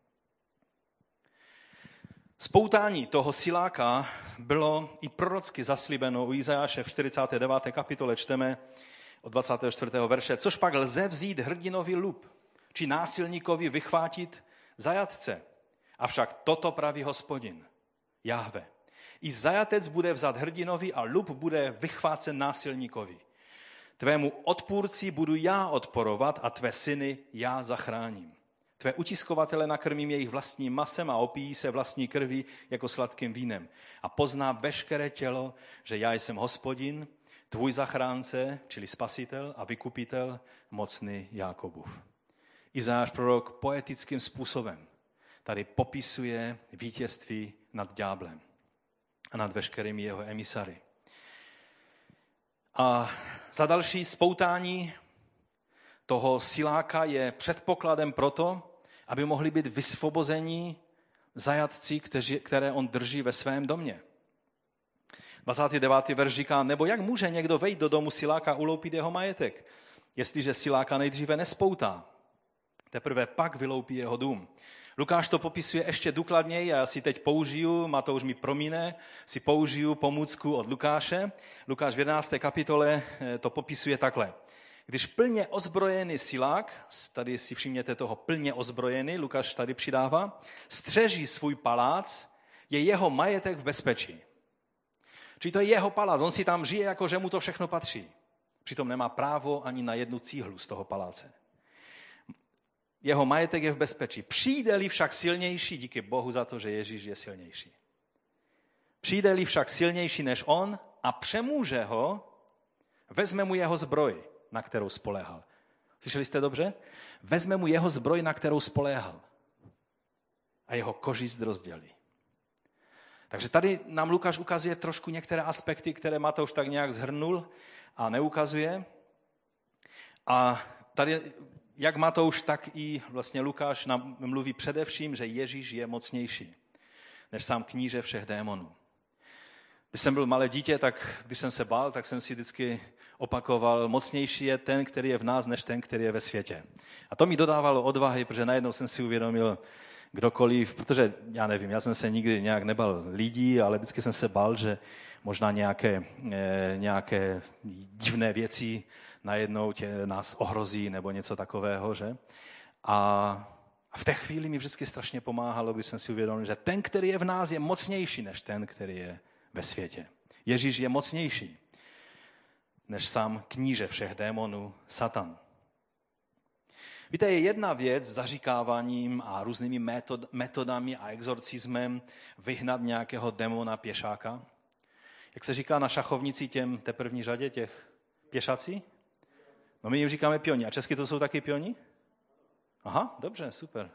Spoutání toho siláka bylo i prorocky zaslíbeno u Izajáše v 49. kapitole, čteme od 24. verše. Což pak lze vzít hrdinovi lup, či násilníkovi vychvátit zajatce. Avšak toto praví Hospodin, Jahve. I zajatec bude vzat hrdinovi a lup bude vychvácen násilníkovi. Tvému odpůrci budu já odporovat a tvé syny já zachráním. Tvé utiskovatele nakrmím jejich vlastním masem a opíjí se vlastní krví jako sladkým vínem. A pozná veškeré tělo, že já jsem Hospodin, tvůj zachránce, čili spasitel a vykupitel, mocný Jákobův. Izajáš prorok poetickým způsobem tady popisuje vítězství nad ďáblem a nad veškerými jeho emisary. A za další spoutání toho siláka je předpokladem proto, aby mohli být vysvobozeni zajatci, které on drží ve svém domě. 29. verš říká, nebo jak může někdo vejít do domu siláka a uloupit jeho majetek, jestliže siláka nejdříve nespoutá, teprve pak vyloupí jeho dům. Lukáš to popisuje ještě důkladněji a já si teď použiju, Matouš mi promine, si použiju pomůcku od Lukáše. Lukáš v 11. kapitole to popisuje takhle. Když plně ozbrojený silák, tady si všimněte toho plně ozbrojený, Lukáš tady přidává, střeží svůj palác, je jeho majetek v bezpečí. Čili to je jeho palác, on si tam žije, jako že mu to všechno patří. Přitom nemá právo ani na jednu cíhlu z toho paláce. Jeho majetek je v bezpečí. Přijde-li však silnější, díky Bohu za to, že Ježíš je silnější. Přijde-li však silnější než on a přemůže ho, vezme mu jeho zbroj, na kterou spoléhal. Slyšeli jste dobře? Vezme mu jeho zbroj, na kterou spoléhal. A jeho kořist rozdělí. Takže tady nám Lukáš ukazuje trošku některé aspekty, které Matouš tak nějak zhrnul a neukazuje. A tady jak Matouš, tak i vlastně Lukáš nám mluví především, že Ježíš je mocnější než sám kníže všech démonů. Když jsem byl malé dítě, tak když jsem se bál, tak jsem si vždycky opakoval, mocnější je ten, který je v nás, než ten, který je ve světě. A to mi dodávalo odvahy, protože najednou jsem si uvědomil, kdokoliv, protože já nevím, já jsem se nikdy nějak nebal lidí, ale vždycky jsem se bál, že možná nějaké divné věci najednou nás ohrozí nebo něco takového, že? A v té chvíli mi vždycky strašně pomáhalo, když jsem si uvědomil, že ten, který je v nás, je mocnější než ten, který je ve světě. Ježíš je mocnější než sám kníže všech démonů, Satan. Víte, je jedna věc zaříkáváním a různými metodami a exorcismem vyhnat nějakého démona pěšáka. Jak se říká na šachovnici té první řadě, těch pěšací? No my jim říkáme pioni. A česky to jsou taky pioni? Aha, dobře, super.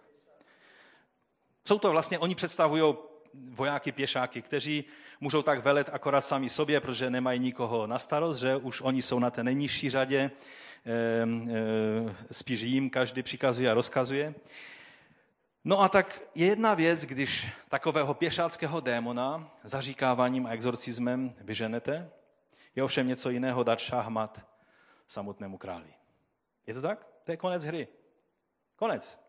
Jsou to vlastně, oni představují vojáky pěšáky, kteří můžou tak velet akorát sami sobě, protože nemají nikoho na starost, že už oni jsou na té nejnižší řadě, spíš jim každý přikazuje a rozkazuje. No a tak je jedna věc, když takového pěšáckého démona zaříkáváním a exorcismem vyženete, je ovšem něco jiného dát šahmat samotnému králi. Je to tak? To je konec hry. Konec.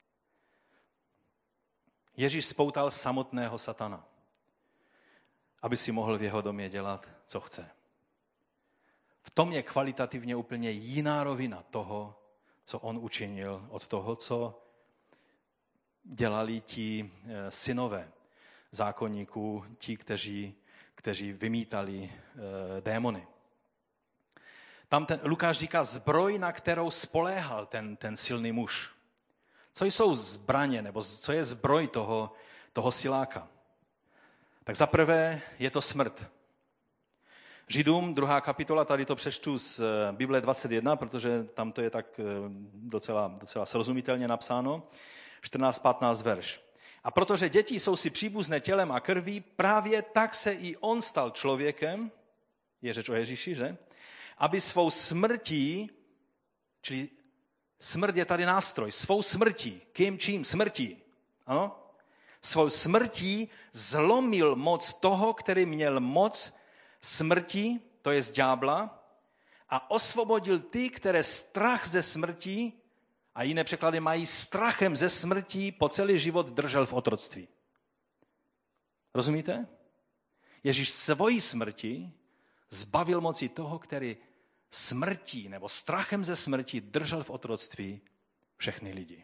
Ježíš spoutal samotného satana, aby si mohl v jeho domě dělat, co chce. V tom je kvalitativně úplně jiná rovina toho, co on učinil, od toho, co dělali ti synové zákonníků, ti, kteří vymítali démony. Tam Lukáš říká zbroj, na kterou spoléhal ten silný muž. Co jsou zbraně, nebo co je zbroj toho siláka? Tak za prvé je to smrt. Židům, 2. kapitola, tady to přečtu z Bible 21, protože tam to je tak docela srozumitelně napsáno, 14-15 verš. A protože děti jsou si příbuzné tělem a krví, právě tak se i on stal člověkem, je řeč o Ježíši, že? Aby svou smrtí, čili smrt je tady nástroj, svou smrtí, čím? Smrtí, ano? Svou smrtí zlomil moc toho, který měl moc smrti, to je z ďábla, a osvobodil ty, které strach ze smrti, a jiné překlady mají strachem ze smrti, po celý život držel v otroctví. Rozumíte? Ježíš svojí smrti zbavil moci toho, který smrtí nebo strachem ze smrti držel v otroctví všechny lidi.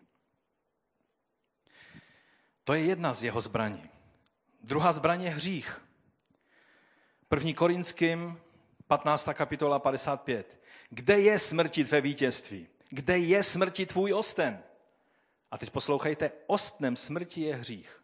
To je jedna z jeho zbraní. Druhá zbraň je hřích. 1. Korinským, 15. kapitola 55. Kde je smrti tvé vítězství? Kde je smrti tvůj osten? A teď poslouchejte, ostnem smrti je hřích.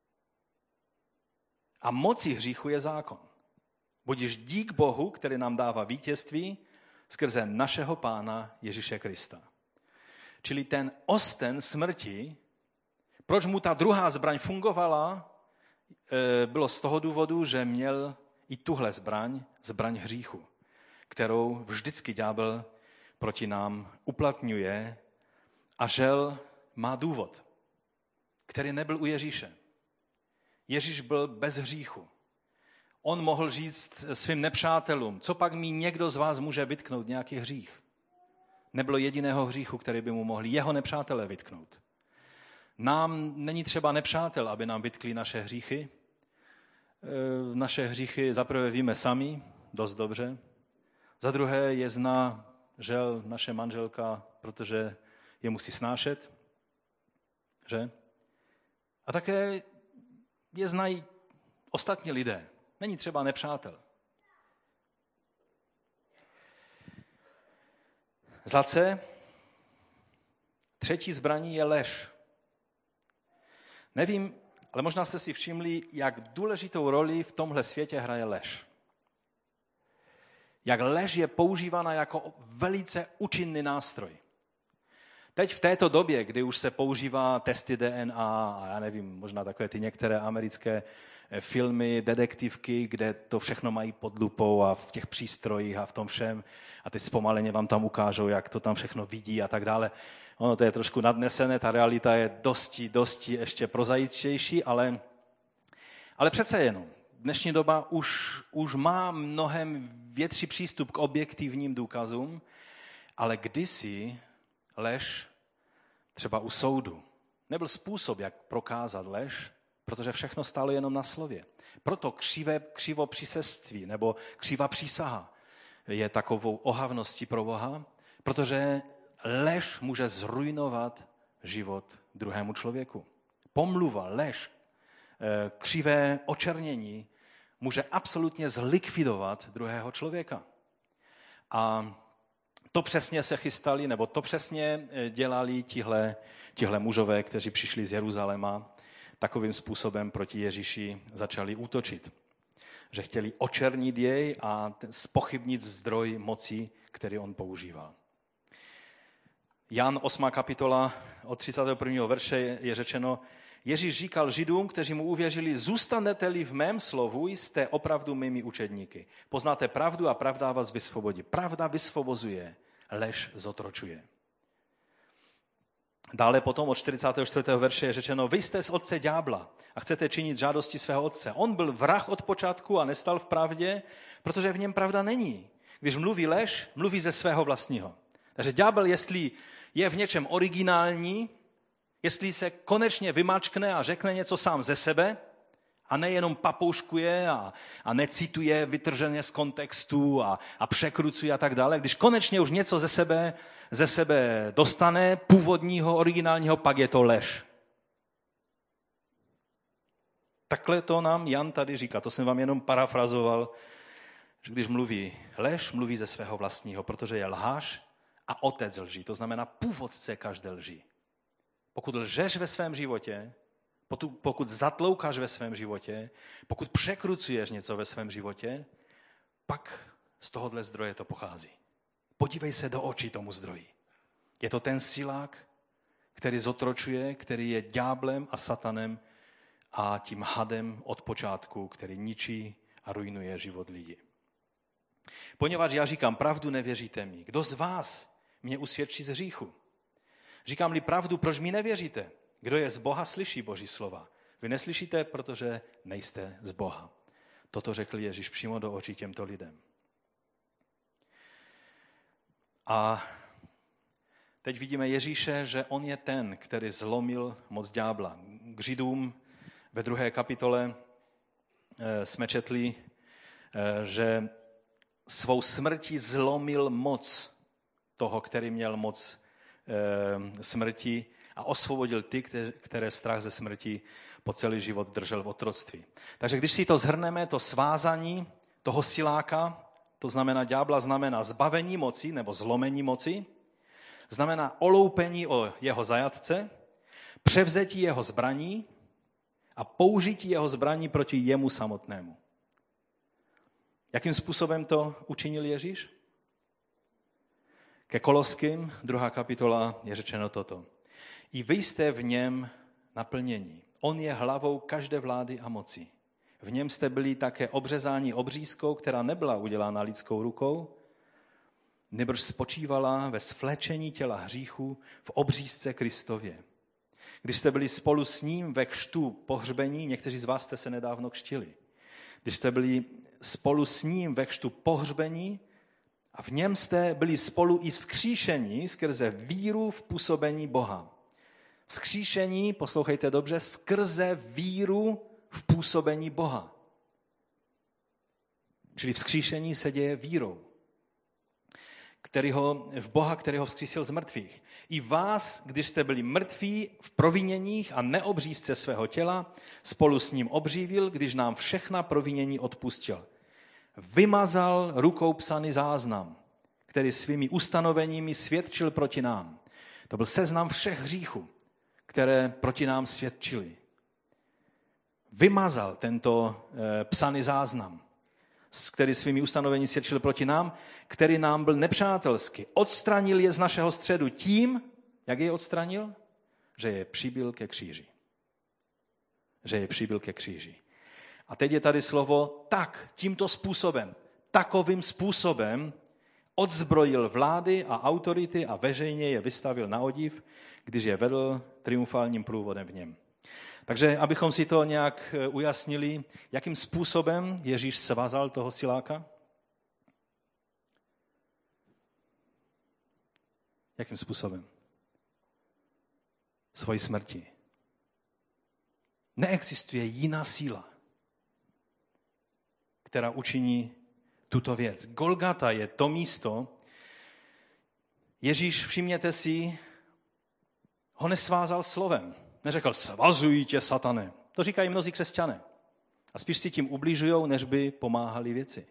A mocí hříchu je zákon. Budiž dík Bohu, který nám dává vítězství skrze našeho Pána Ježíše Krista. Čili ten osten smrti, proč mu ta druhá zbraň fungovala, bylo z toho důvodu, že měl i tuhle zbraň hříchu, kterou vždycky ďábel proti nám uplatňuje a žel má důvod, který nebyl u Ježíše. Ježíš byl bez hříchu. On mohl říct svým nepřátelům, co pak mi někdo z vás může vytknout nějaký hřích. Nebylo jediného hříchu, který by mu mohli jeho nepřátelé vytknout. Nám není třeba nepřátel, aby nám vytkli naše hříchy. Naše hříchy zaprvé víme sami, dost dobře. Za druhé je zná žel naše manželka, protože je musí snášet. Že? A také je znají ostatní lidé. Není třeba nepřátel. Za C, třetí zbraní je lež. Nevím, ale možná jste si všimli, jak důležitou roli v tomhle světě hraje lež. Jak lež je používána jako velice účinný nástroj. Teď v této době, kdy už se používá testy DNA a já nevím, možná takové ty některé americké filmy, detektivky, kde to všechno mají pod lupou a v těch přístrojích a v tom všem a teď zpomaleně vám tam ukážou, jak to tam všechno vidí a tak dále. Ono to je trošku nadnesené, ta realita je dosti ještě prozaičtější, ale přece jenom. Dnešní doba už má mnohem větší přístup k objektivním důkazům, ale kdysi lež, třeba u soudu, nebyl způsob, jak prokázat lež, protože všechno stálo jenom na slově. Proto křivo příseství nebo křivá přísaha je takovou ohavností pro Boha, protože lež může zruinovat život druhému člověku. Pomluva, lež, křivé očernění může absolutně zlikvidovat druhého člověka. A to přesně se chystali, nebo to přesně dělali tihle mužové, kteří přišli z Jeruzaléma, takovým způsobem proti Ježíši začali útočit. Že chtěli očernit jej a zpochybnit zdroj moci, který on používal. Jan 8. kapitola od 31. verše je řečeno, Ježíš říkal Židům, kteří mu uvěřili, zůstanete-li v mém slovu, jste opravdu mými učedníky. Poznáte pravdu a pravda vás vysvobodí. Pravda vysvobozuje, lež zotročuje. Dále potom od 44. verše je řečeno, vy jste z otce ďábla a chcete činit žádosti svého otce. On byl vrah od počátku a nestal v pravdě, protože v něm pravda není. Když mluví lež, mluví ze svého vlastního. Takže ďábel, jestli je v něčem originální, jestli se konečně vymačkne a řekne něco sám ze sebe a nejenom papouškuje a necituje vytrženě z kontextu a překrucuje a tak dále. Když konečně už něco ze sebe dostane původního, originálního, pak je to lež. Takhle to nám Jan tady říká. To jsem vám jenom parafrazoval, že když mluví lež, mluví ze svého vlastního, protože je lhář a otec lží. To znamená původce každé lži. Pokud lžeš ve svém životě, pokud zatloukáš ve svém životě, pokud překrucuješ něco ve svém životě, pak z tohohle zdroje to pochází. Podívej se do očí tomu zdroji. Je to ten silák, který zotročuje, který je ďáblem a satanem a tím hadem od počátku, který ničí a ruinuje život lidí. Poněvadž já říkám pravdu, nevěříte mi. Kdo z vás mě usvědčí z hříchu? Říkám-li pravdu, proč mi nevěříte? Kdo je z Boha, slyší Boží slova. Vy neslyšíte, protože nejste z Boha. Toto řekl Ježíš přímo do očí těmto lidem. A teď vidíme Ježíše, že on je ten, který zlomil moc ďábla. K Židům ve 2. kapitole jsme četli, že svou smrtí zlomil moc toho, který měl moc smrti a osvobodil ty, které strach ze smrti po celý život držel v otroctví. Takže když si to shrneme, to svázání toho siláka, to znamená ďábla, znamená zbavení moci nebo zlomení moci, znamená oloupení o jeho zajatce, převzetí jeho zbraní a použití jeho zbraní proti jemu samotnému. Jakým způsobem to učinil Ježíš? Ke Koloským, 2. kapitola, je řečeno toto. I vy jste v něm naplnění. On je hlavou každé vlády a moci. V něm jste byli také obřezáni obřízkou, která nebyla udělána lidskou rukou, nebož spočívala ve svlečení těla hříchu v obřízce Kristově. Když jste byli spolu s ním ve křtu pohřbení, někteří z vás jste se nedávno křtili, když jste byli spolu s ním ve křtu pohřbení a v něm jste byli spolu i vzkříšení skrze víru v působení Boha. Vzkříšení, poslouchejte dobře, skrze víru v působení Boha. Čili vzkříšení se děje vírou. V Boha, který ho vzkřísil z mrtvých. I vás, když jste byli mrtví v proviněních a neobřízce svého těla, spolu s ním obřívil, když nám všechna provinění odpustil. Vymazal rukou psaný záznam, který svými ustanoveními svědčil proti nám. To byl seznam všech hříchů, které proti nám svědčily. Vymazal tento psaný záznam, který svými ustanovení svědčil proti nám, který nám byl nepřátelský. Odstranil je z našeho středu tím, jak je odstranil? Že je přibyl ke kříži. Že je přibyl ke kříži. A teď je tady slovo tak, tímto způsobem, takovým způsobem odzbrojil vlády a autority a veřejně je vystavil na odiv, když je vedl triumfálním průvodem v něm. Takže abychom si to nějak ujasnili, jakým způsobem Ježíš svázal toho siláka? Jakým způsobem? Svojí smrti. Neexistuje jiná síla, která učiní tuto věc. Golgata je to místo. Ježíš, všimněte si, ho nesvázal slovem. Neřekl, svazují tě, satane. To říkají mnozí křesťané. A spíš si tím ubližujou, než by pomáhali věci.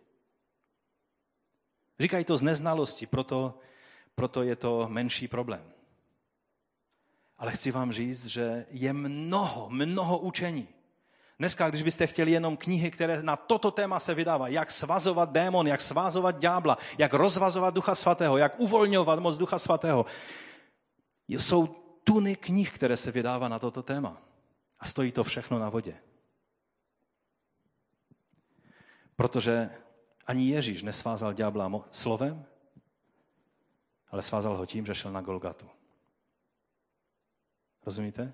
Říkají to z neznalosti, proto je to menší problém. Ale chci vám říct, že je mnoho učení. Dneska, když byste chtěli jenom knihy, které na toto téma se vydávají, jak svazovat démon, jak svazovat ďábla, jak rozvazovat Ducha Svatého, jak uvolňovat moc Ducha Svatého, jsou tuny knih, které se vydává na toto téma. A stojí to všechno na vodě. Protože ani Ježíš nesvázal ďábla slovem, ale svázal ho tím, že šel na Golgatu. Rozumíte?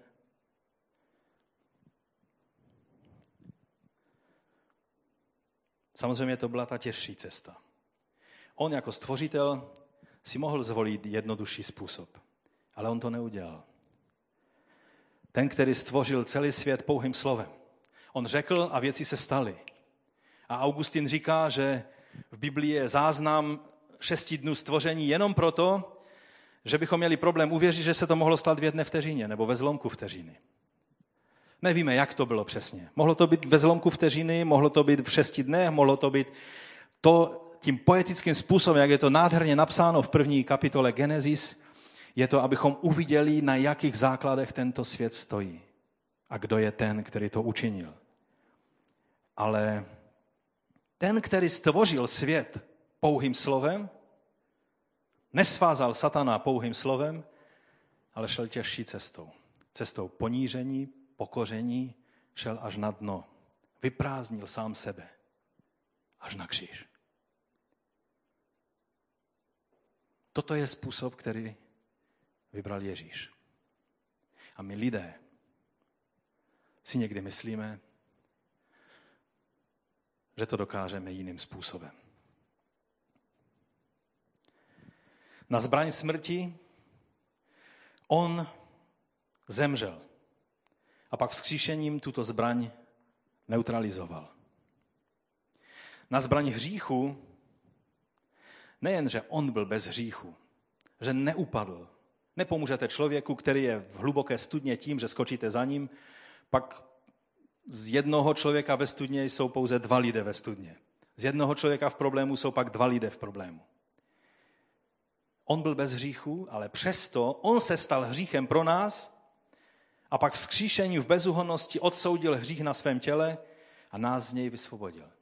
Samozřejmě to byla ta těžší cesta. On jako stvořitel si mohl zvolit jednodušší způsob, ale on to neudělal. Ten, který stvořil celý svět pouhým slovem. On řekl a věci se staly. A Augustin říká, že v Biblii je záznam 6 dnů stvoření jenom proto, že bychom měli problém uvěřit, že se to mohlo stát v jedné vteřině nebo ve zlomku vteřiny. Nevíme, jak to bylo přesně. Mohlo to být ve zlomku vteřiny, mohlo to být v 6 dnech, mohlo to být to tím poetickým způsobem, jak je to nádherně napsáno v 1. kapitole Genesis, je to, abychom uviděli, na jakých základech tento svět stojí a kdo je ten, který to učinil. Ale ten, který stvořil svět pouhým slovem, nesvázal satana pouhým slovem, ale šel těžší cestou. Cestou ponížení, pokoření, šel až na dno. Vyprázdnil sám sebe. Až na kříž. Toto je způsob, který vybral Ježíš. A my lidé si někdy myslíme, že to dokážeme jiným způsobem. Na zbraň smrti on zemřel. A pak vzkříšením tuto zbraň neutralizoval. Na zbraň hříchu nejen, že on byl bez hříchu, že neupadl. Nepomůžete člověku, který je v hluboké studně tím, že skočíte za ním, pak z jednoho člověka ve studně jsou pouze 2 lidé ve studně. Z jednoho člověka v problému jsou pak 2 lidé v problému. On byl bez hříchu, ale přesto on se stal hříchem pro nás a pak vzkříšení v bezúhonnosti odsoudil hřích na svém těle a nás z něj vysvobodil.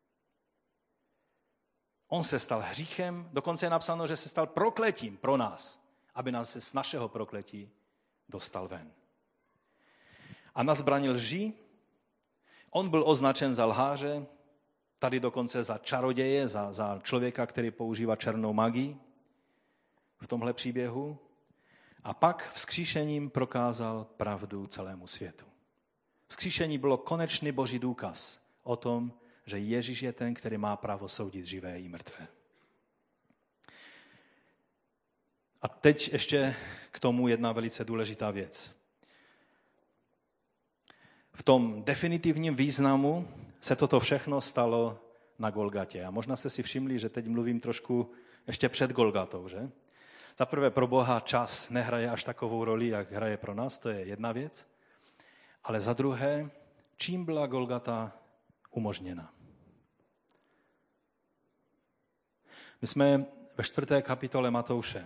On se stal hříchem, dokonce je napsáno, že se stal prokletím pro nás, aby nás z našeho prokletí dostal ven. A na zbraň lži on byl označen za lháře, tady dokonce za čaroděje, za člověka, který používá černou magii v tomhle příběhu. A pak vzkříšením prokázal pravdu celému světu. Vzkříšení bylo konečný boží důkaz o tom, že Ježíš je ten, který má právo soudit živé i mrtvé. A teď ještě k tomu jedna velice důležitá věc. v tom definitivním významu se toto všechno stalo na Golgatě. A možná jste si všimli, že teď mluvím trošku ještě před Golgatou, že? Za prvé pro Boha čas nehraje až takovou roli, jak hraje pro nás, to je jedna věc. Ale za druhé, čím byla Golgata umožněna? My jsme ve 4. kapitole Matouše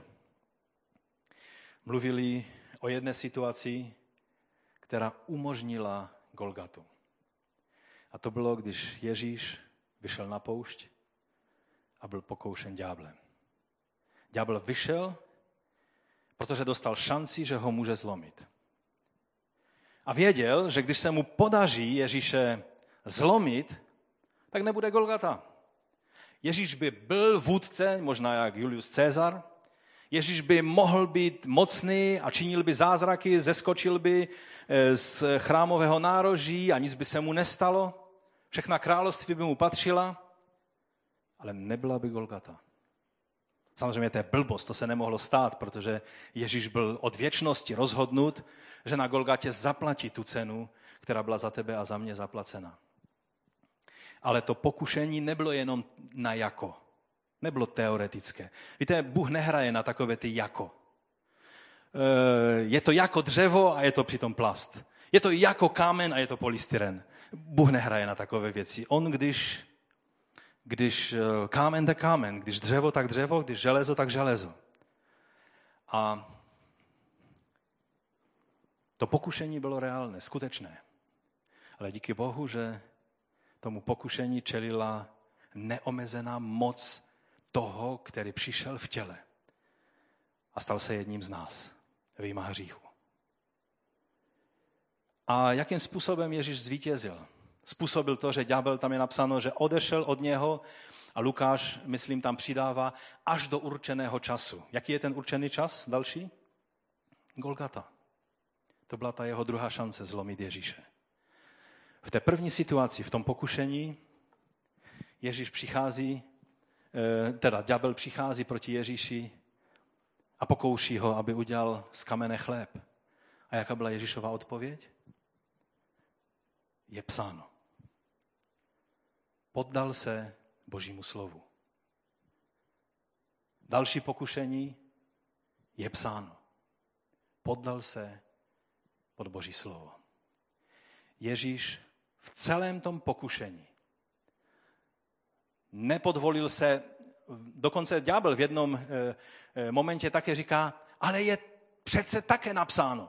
mluvili o jedné situaci, která umožnila Golgatu. A to bylo, když Ježíš vyšel na poušť a byl pokoušen ďáblem. Ďábel vyšel, protože dostal šanci, že ho může zlomit. A věděl, že když se mu podaří Ježíše zlomit, tak nebude Golgata. Ježíš by byl vůdce, možná jak Julius Caesar. Ježíš by mohl být mocný a činil by zázraky, zeskočil by z chrámového nároží a nic by se mu nestalo. Všechna království by mu patřila, ale nebyla by Golgata. Samozřejmě to je blbost, to se nemohlo stát, protože Ježíš byl od věčnosti rozhodnut, že na Golgatě zaplatí tu cenu, která byla za tebe a za mě zaplacena. Ale to pokušení nebylo jenom na jako. Nebylo teoretické. Víte, Bůh nehraje na takové ty jako. Je to jako dřevo a je to přitom plast. Je to jako kámen a je to polystyren. Bůh nehraje na takové věci. On, když kámen, tak kámen, když dřevo, tak dřevo, když železo, tak železo. A to pokušení bylo reálné, skutečné. Ale díky Bohu, že tomu pokušení čelila neomezená moc toho, který přišel v těle a stal se jedním z nás, vyjma hříchu. A jakým způsobem Ježíš zvítězil? Způsobil to, že ďábel, tam je napsáno, že odešel od něho a Lukáš, myslím, tam přidává až do určeného času. Jaký je ten určený čas další? Golgata. To byla ta jeho druhá šance zlomit Ježíše. V té první situaci, v tom pokušení, Ježíš přichází, ďábel přichází proti Ježíši a pokouší ho, aby udělal z kamene chléb. A jaká byla Ježíšova odpověď? Je psáno. Poddal se Božímu slovu. Další pokušení, je psáno. Poddal se pod Boží slovo. Ježíš v celém tom pokušení nepodvolil se, dokonce ďábel v jednom momentě také říká, ale je přece také napsáno.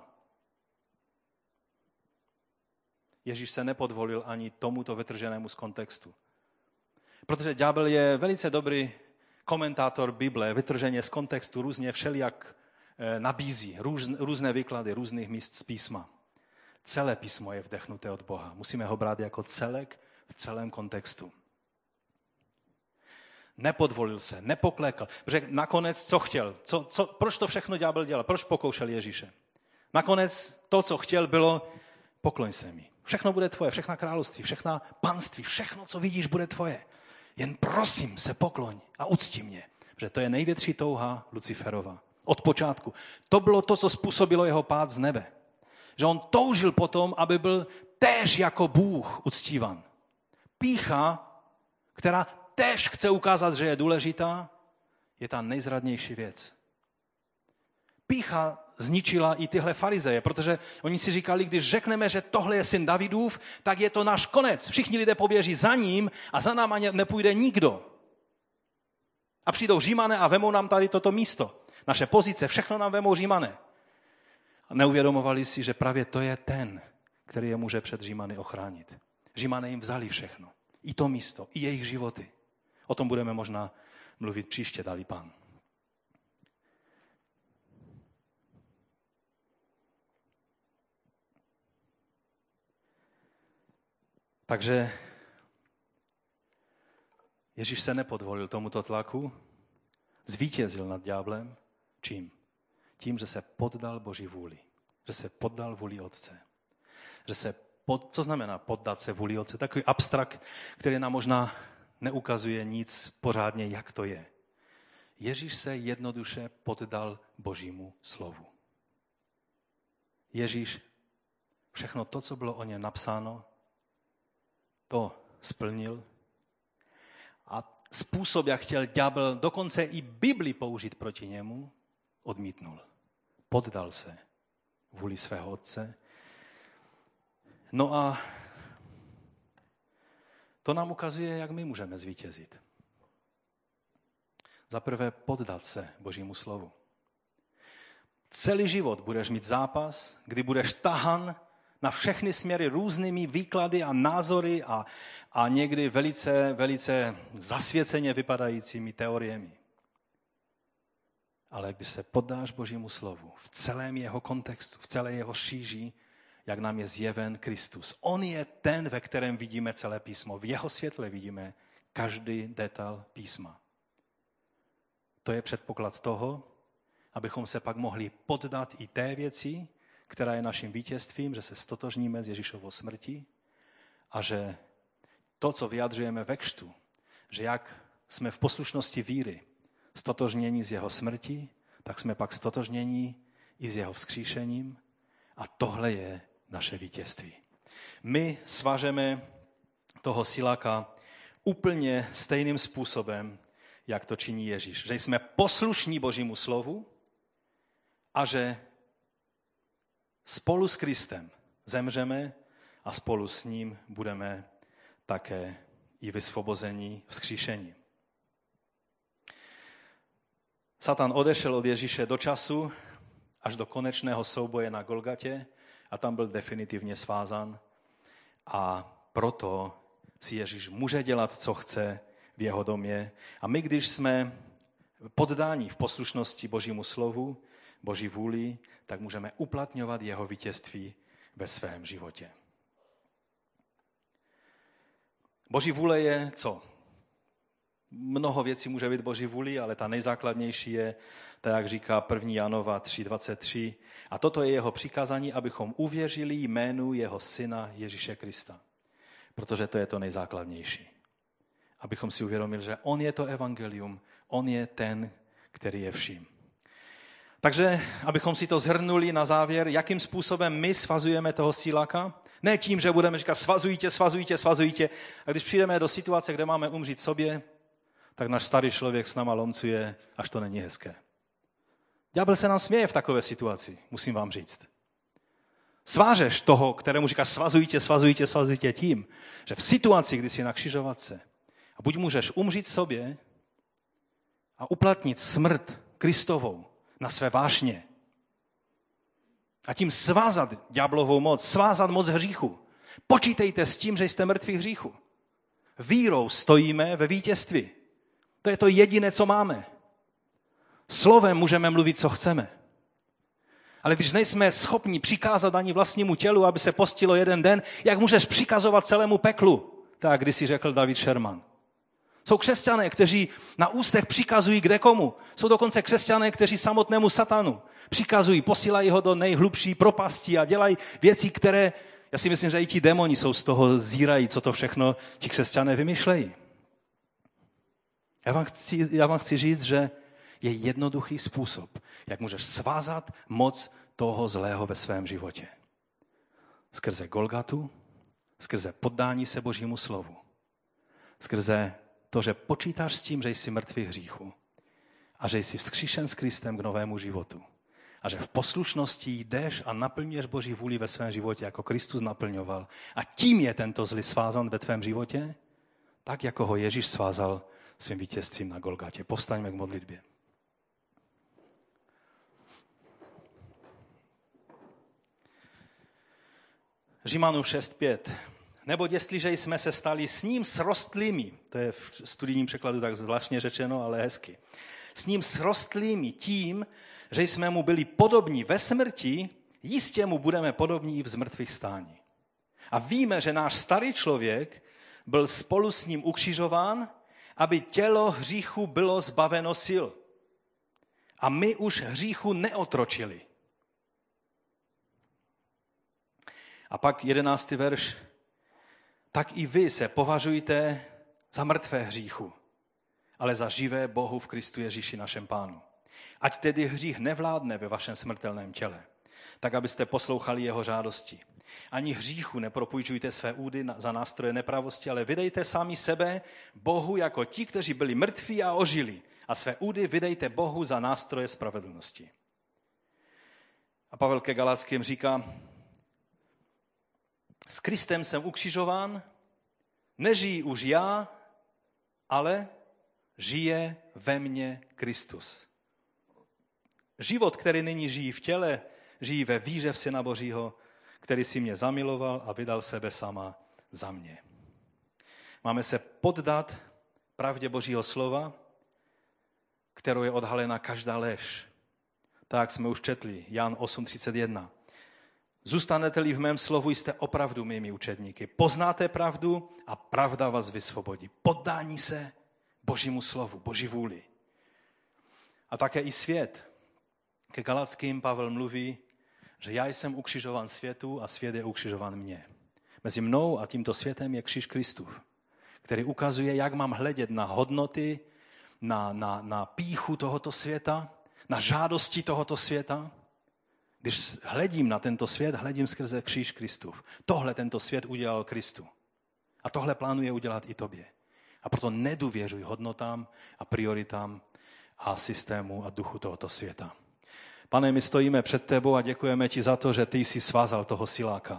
Ježíš se nepodvolil ani tomuto vytrženému z kontextu. Protože ďábel je velice dobrý komentátor Bible, vytrženě z kontextu, různě všelijak nabízí, různé výklady různých míst z písma. Celé písmo je vdechnuté od Boha. Musíme ho brát jako celek v celém kontextu. Nepodvolil se, nepoklékal. Protože nakonec co chtěl? Proč to všechno ďábel dělal? Proč pokoušel Ježíše? Nakonec to, co chtěl, bylo pokloň se mi. Všechno bude tvoje, všechna království, všechna panství, všechno, co vidíš, bude tvoje. Jen prosím se pokloň a ucti mě. Protože to je největší touha Luciferova. Od počátku. To bylo to, co způsobilo jeho pád z nebe. Že on toužil potom, aby byl též jako Bůh uctívan. Pýcha, která též chce ukázat, že je důležitá, je ta nejzradnější věc. Pýcha zničila i tyhle farizeje, protože oni si říkali, když řekneme, že tohle je syn Davidův, tak je to náš konec. Všichni lidé poběží za ním a za náma nepůjde nikdo. A přijdou Římané a vemou nám tady toto místo. Naše pozice, všechno nám vemou Římané. A neuvědomovali si, že právě to je ten, který je může před Římany ochránit. Římané jim vzali všechno. I to místo, i jejich životy. O tom budeme možná mluvit příště, dali Pán. Takže Ježíš se nepodvolil tomuto tlaku, zvítězil nad ďáblem. Čím? Tím, že se poddal Boží vůli. Že se poddal vůli Otce. Co znamená poddat se vůli Otce? Takový abstrakt, který nám možná neukazuje nic pořádně, jak to je. Ježíš se jednoduše poddal Božímu slovu. Ježíš všechno to, co bylo o něm napsáno, to splnil. A způsob, jak chtěl ďábel dokonce i Bibli použít proti němu, odmítnul. Poddal se vůli svého otce. No a to nám ukazuje, jak my můžeme zvítězit. Za prvé poddat se Božímu slovu. Celý život budeš mít zápas, kdy budeš tahan na všechny směry různými výklady a názory a někdy velice zasvěceně vypadajícími teoriemi. Ale když se poddáš Božímu slovu v celém jeho kontextu, v celé jeho šíži, jak nám je zjeven Kristus. On je ten, ve kterém vidíme celé písmo. V jeho světle vidíme každý detail písma. To je předpoklad toho, abychom se pak mohli poddat i té věci, která je naším vítězstvím, že se stotožníme s Ježíšovou smrtí a že to, co vyjadřujeme ve křtu, že jak jsme v poslušnosti víry stotožnění s jeho smrtí, tak jsme pak stotožnění i s jeho vzkříšením a tohle je naše vítězství. My svažeme toho siláka úplně stejným způsobem, jak to činí Ježíš. Že jsme poslušní Božímu slovu a že spolu s Kristem zemřeme a spolu s ním budeme také i vysvobození vzkříšení. Satan odešel od Ježíše do času až do konečného souboje na Golgatě a tam byl definitivně svázan a proto si Ježíš může dělat, co chce v jeho domě. A my, když jsme poddáni v poslušnosti Božímu slovu, Boží vůli, tak můžeme uplatňovat jeho vítězství ve svém životě. Boží vůle je co? Mnoho věcí může být Boží vůli, ale ta nejzákladnější je, tak jak říká 1. Janova 3:23. A toto je jeho přikázání, abychom uvěřili jménu jeho syna Ježíše Krista. Protože to je to nejzákladnější. Abychom si uvědomili, že on je to evangelium, on je ten, který je vším. Takže, abychom si to shrnuli na závěr, jakým způsobem my svazujeme toho sílaka, ne tím, že budeme říkat svazujte, a když přijdeme do situace, kde máme umřít sobě, tak náš starý člověk s náma lomcuje, až to není hezké. Ďábel se nám směje v takové situaci, musím vám říct. Svážeš toho, kterému říkáš svazujte tím, že v situaci, kdy jsi na křižovatce a buď můžeš umřít sobě a uplatnit smrt Kristovou na své vášně a tím svázat ďáblovou moc, svázat moc hříchu. Počítejte s tím, že jste mrtví hříchu. Vírou stojíme ve vítězství. To je to jediné, co máme. Slovem můžeme mluvit, co chceme. Ale když nejsme schopni přikázat ani vlastnímu tělu, aby se postilo jeden den, jak můžeš přikazovat celému peklu? Tak kdysi řekl David Sherman. Jsou křesťané, kteří na ústech přikazují kdekomu. Jsou dokonce křesťané, kteří samotnému satanu přikazují, posílají ho do nejhlubší propasti a dělají věci, které, já si myslím, že i ti démoni jsou z toho zírají, co to všechno ti křesťané vymýšlejí. Já vám chci říct, že je jednoduchý způsob, jak můžeš svázat moc toho zlého ve svém životě. Skrze Golgatu, skrze poddání se Božímu slovu, skrze to, že počítáš s tím, že jsi mrtvý hříchu a že jsi vzkříšen s Kristem k novému životu a že v poslušnosti jdeš a naplňuješ Boží vůli ve svém životě, jako Kristus naplňoval a tím je tento zlý svázan ve tvém životě, tak jako ho Ježíš svázal svým vítězstvím na Golgatě. Povstaňme k modlitbě. Římanům 6:5. Neboť jestliže jsme se stali s ním srostlými, to je v studijním překladu tak zvláštně řečeno, ale hezky, s ním srostlými tím, že jsme mu byli podobní ve smrti, jistě mu budeme podobní i v zmrtvých stání. A víme, že náš starý člověk byl spolu s ním ukřižován, aby tělo hříchu bylo zbaveno sil. A my už hříchu neotročili. A pak 11. verš. Tak i vy se považujte za mrtvé hříchu, ale za živé Bohu v Kristu Ježíši našem Pánu. Ať tedy hřích nevládne ve vašem smrtelném těle, tak abyste poslouchali jeho žádosti. Ani hříchu nepropůjčujte své údy za nástroje nepravosti, ale vydejte sami sebe Bohu jako ti, kteří byli mrtví a ožili. A své údy vydejte Bohu za nástroje spravedlnosti. A Pavel ke Galackým říká, s Kristem jsem ukřižován, nežijí už já, ale žije ve mně Kristus. Život, který nyní žijí v těle, žijí ve víře v Syna Božího, který si mě zamiloval a vydal sebe sama za mě. Máme se poddat pravdě Božího slova, kterou je odhalena každá lež. Tak jsme už četli, Jan 8:31. Zůstanete-li v mém slovu, jste opravdu mými učedníky. Poznáte pravdu a pravda vás vysvobodí. Poddání se Božímu slovu, Boží vůli. A také i svět. Ke Galackým Pavel mluví, že já jsem ukřižován světu a svět je ukřižován mně. Mezi mnou a tímto světem je kříž Kristův, který ukazuje, jak mám hledět na hodnoty, na pýchu tohoto světa, na žádosti tohoto světa. Když hledím na tento svět, hledím skrze kříž Kristův. Tohle tento svět udělal Kristu. A tohle plánuje udělat i tobě. A proto nedůvěřuj hodnotám a prioritám a systému a duchu tohoto světa. Pane, my stojíme před tebou a děkujeme ti za to, že ty jsi svázal toho siláka.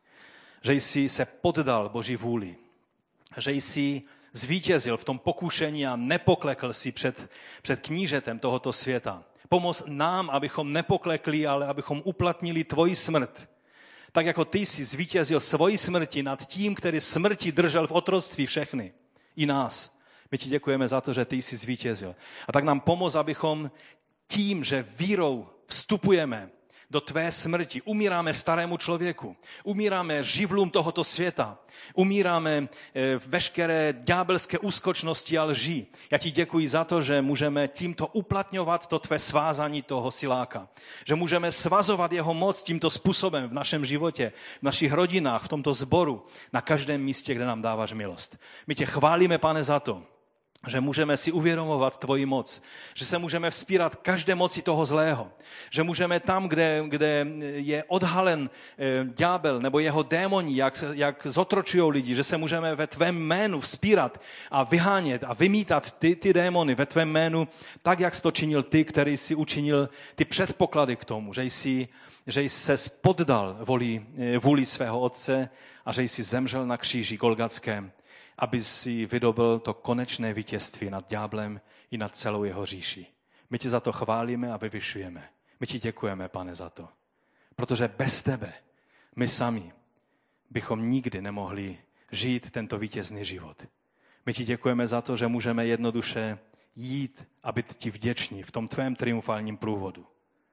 Že jsi se poddal Boží vůli. Že jsi zvítězil v tom pokušení a nepoklekl si před knížetem tohoto světa. Pomoz nám, abychom nepoklekli, ale abychom uplatnili tvoji smrt. Tak jako ty jsi zvítězil svoji smrti nad tím, který smrti držel v otroctví všechny. I nás. My ti děkujeme za to, že ty jsi zvítězil. A tak nám pomoz, abychom tím, že vírou vstupujeme do tvé smrti, umíráme starému člověku, umíráme živlům tohoto světa, umíráme veškeré ďábelské úskočnosti a lži. Já ti děkuji za to, že můžeme tímto uplatňovat to tvé svázání toho siláka. Že můžeme svazovat jeho moc tímto způsobem v našem životě, v našich rodinách, v tomto sboru, na každém místě, kde nám dáváš milost. My tě chválíme, Pane, za to, že můžeme si uvědomovat tvoji moc, že se můžeme vzpírat každé moci toho zlého, že můžeme tam, kde je odhalen ďábel nebo jeho démoni, jak zotročují lidi, že se můžeme ve tvém jménu vzpírat a vyhánět a vymítat ty démony ve tvém jménu, tak, jak jsi to činil ty, který jsi učinil ty předpoklady k tomu, že jsi se poddal vůli svého otce a že jsi zemřel na kříži Golgatském, aby si vydobil to konečné vítězství nad ďáblem i nad celou jeho říši. My ti za to chválíme a vyvyšujeme. My ti děkujeme, Pane, za to. Protože bez tebe my sami bychom nikdy nemohli žít tento vítězný život. My ti děkujeme za to, že můžeme jednoduše jít a být ti vděční v tom tvém triumfálním průvodu.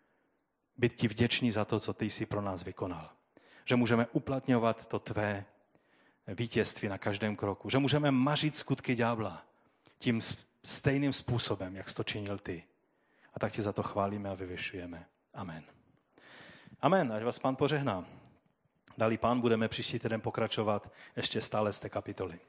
Být ti vděční za to, co ty jsi pro nás vykonal. Že můžeme uplatňovat to tvé vítězství na každém kroku. Že můžeme mařit skutky ďábla tím stejným způsobem, jak jsi to činil ty. A tak ti za to chválíme a vyvyšujeme. Amen. Amen. Ať vás Pán požehná. Dali Pán, budeme příští týden pokračovat ještě stále z té kapitoly.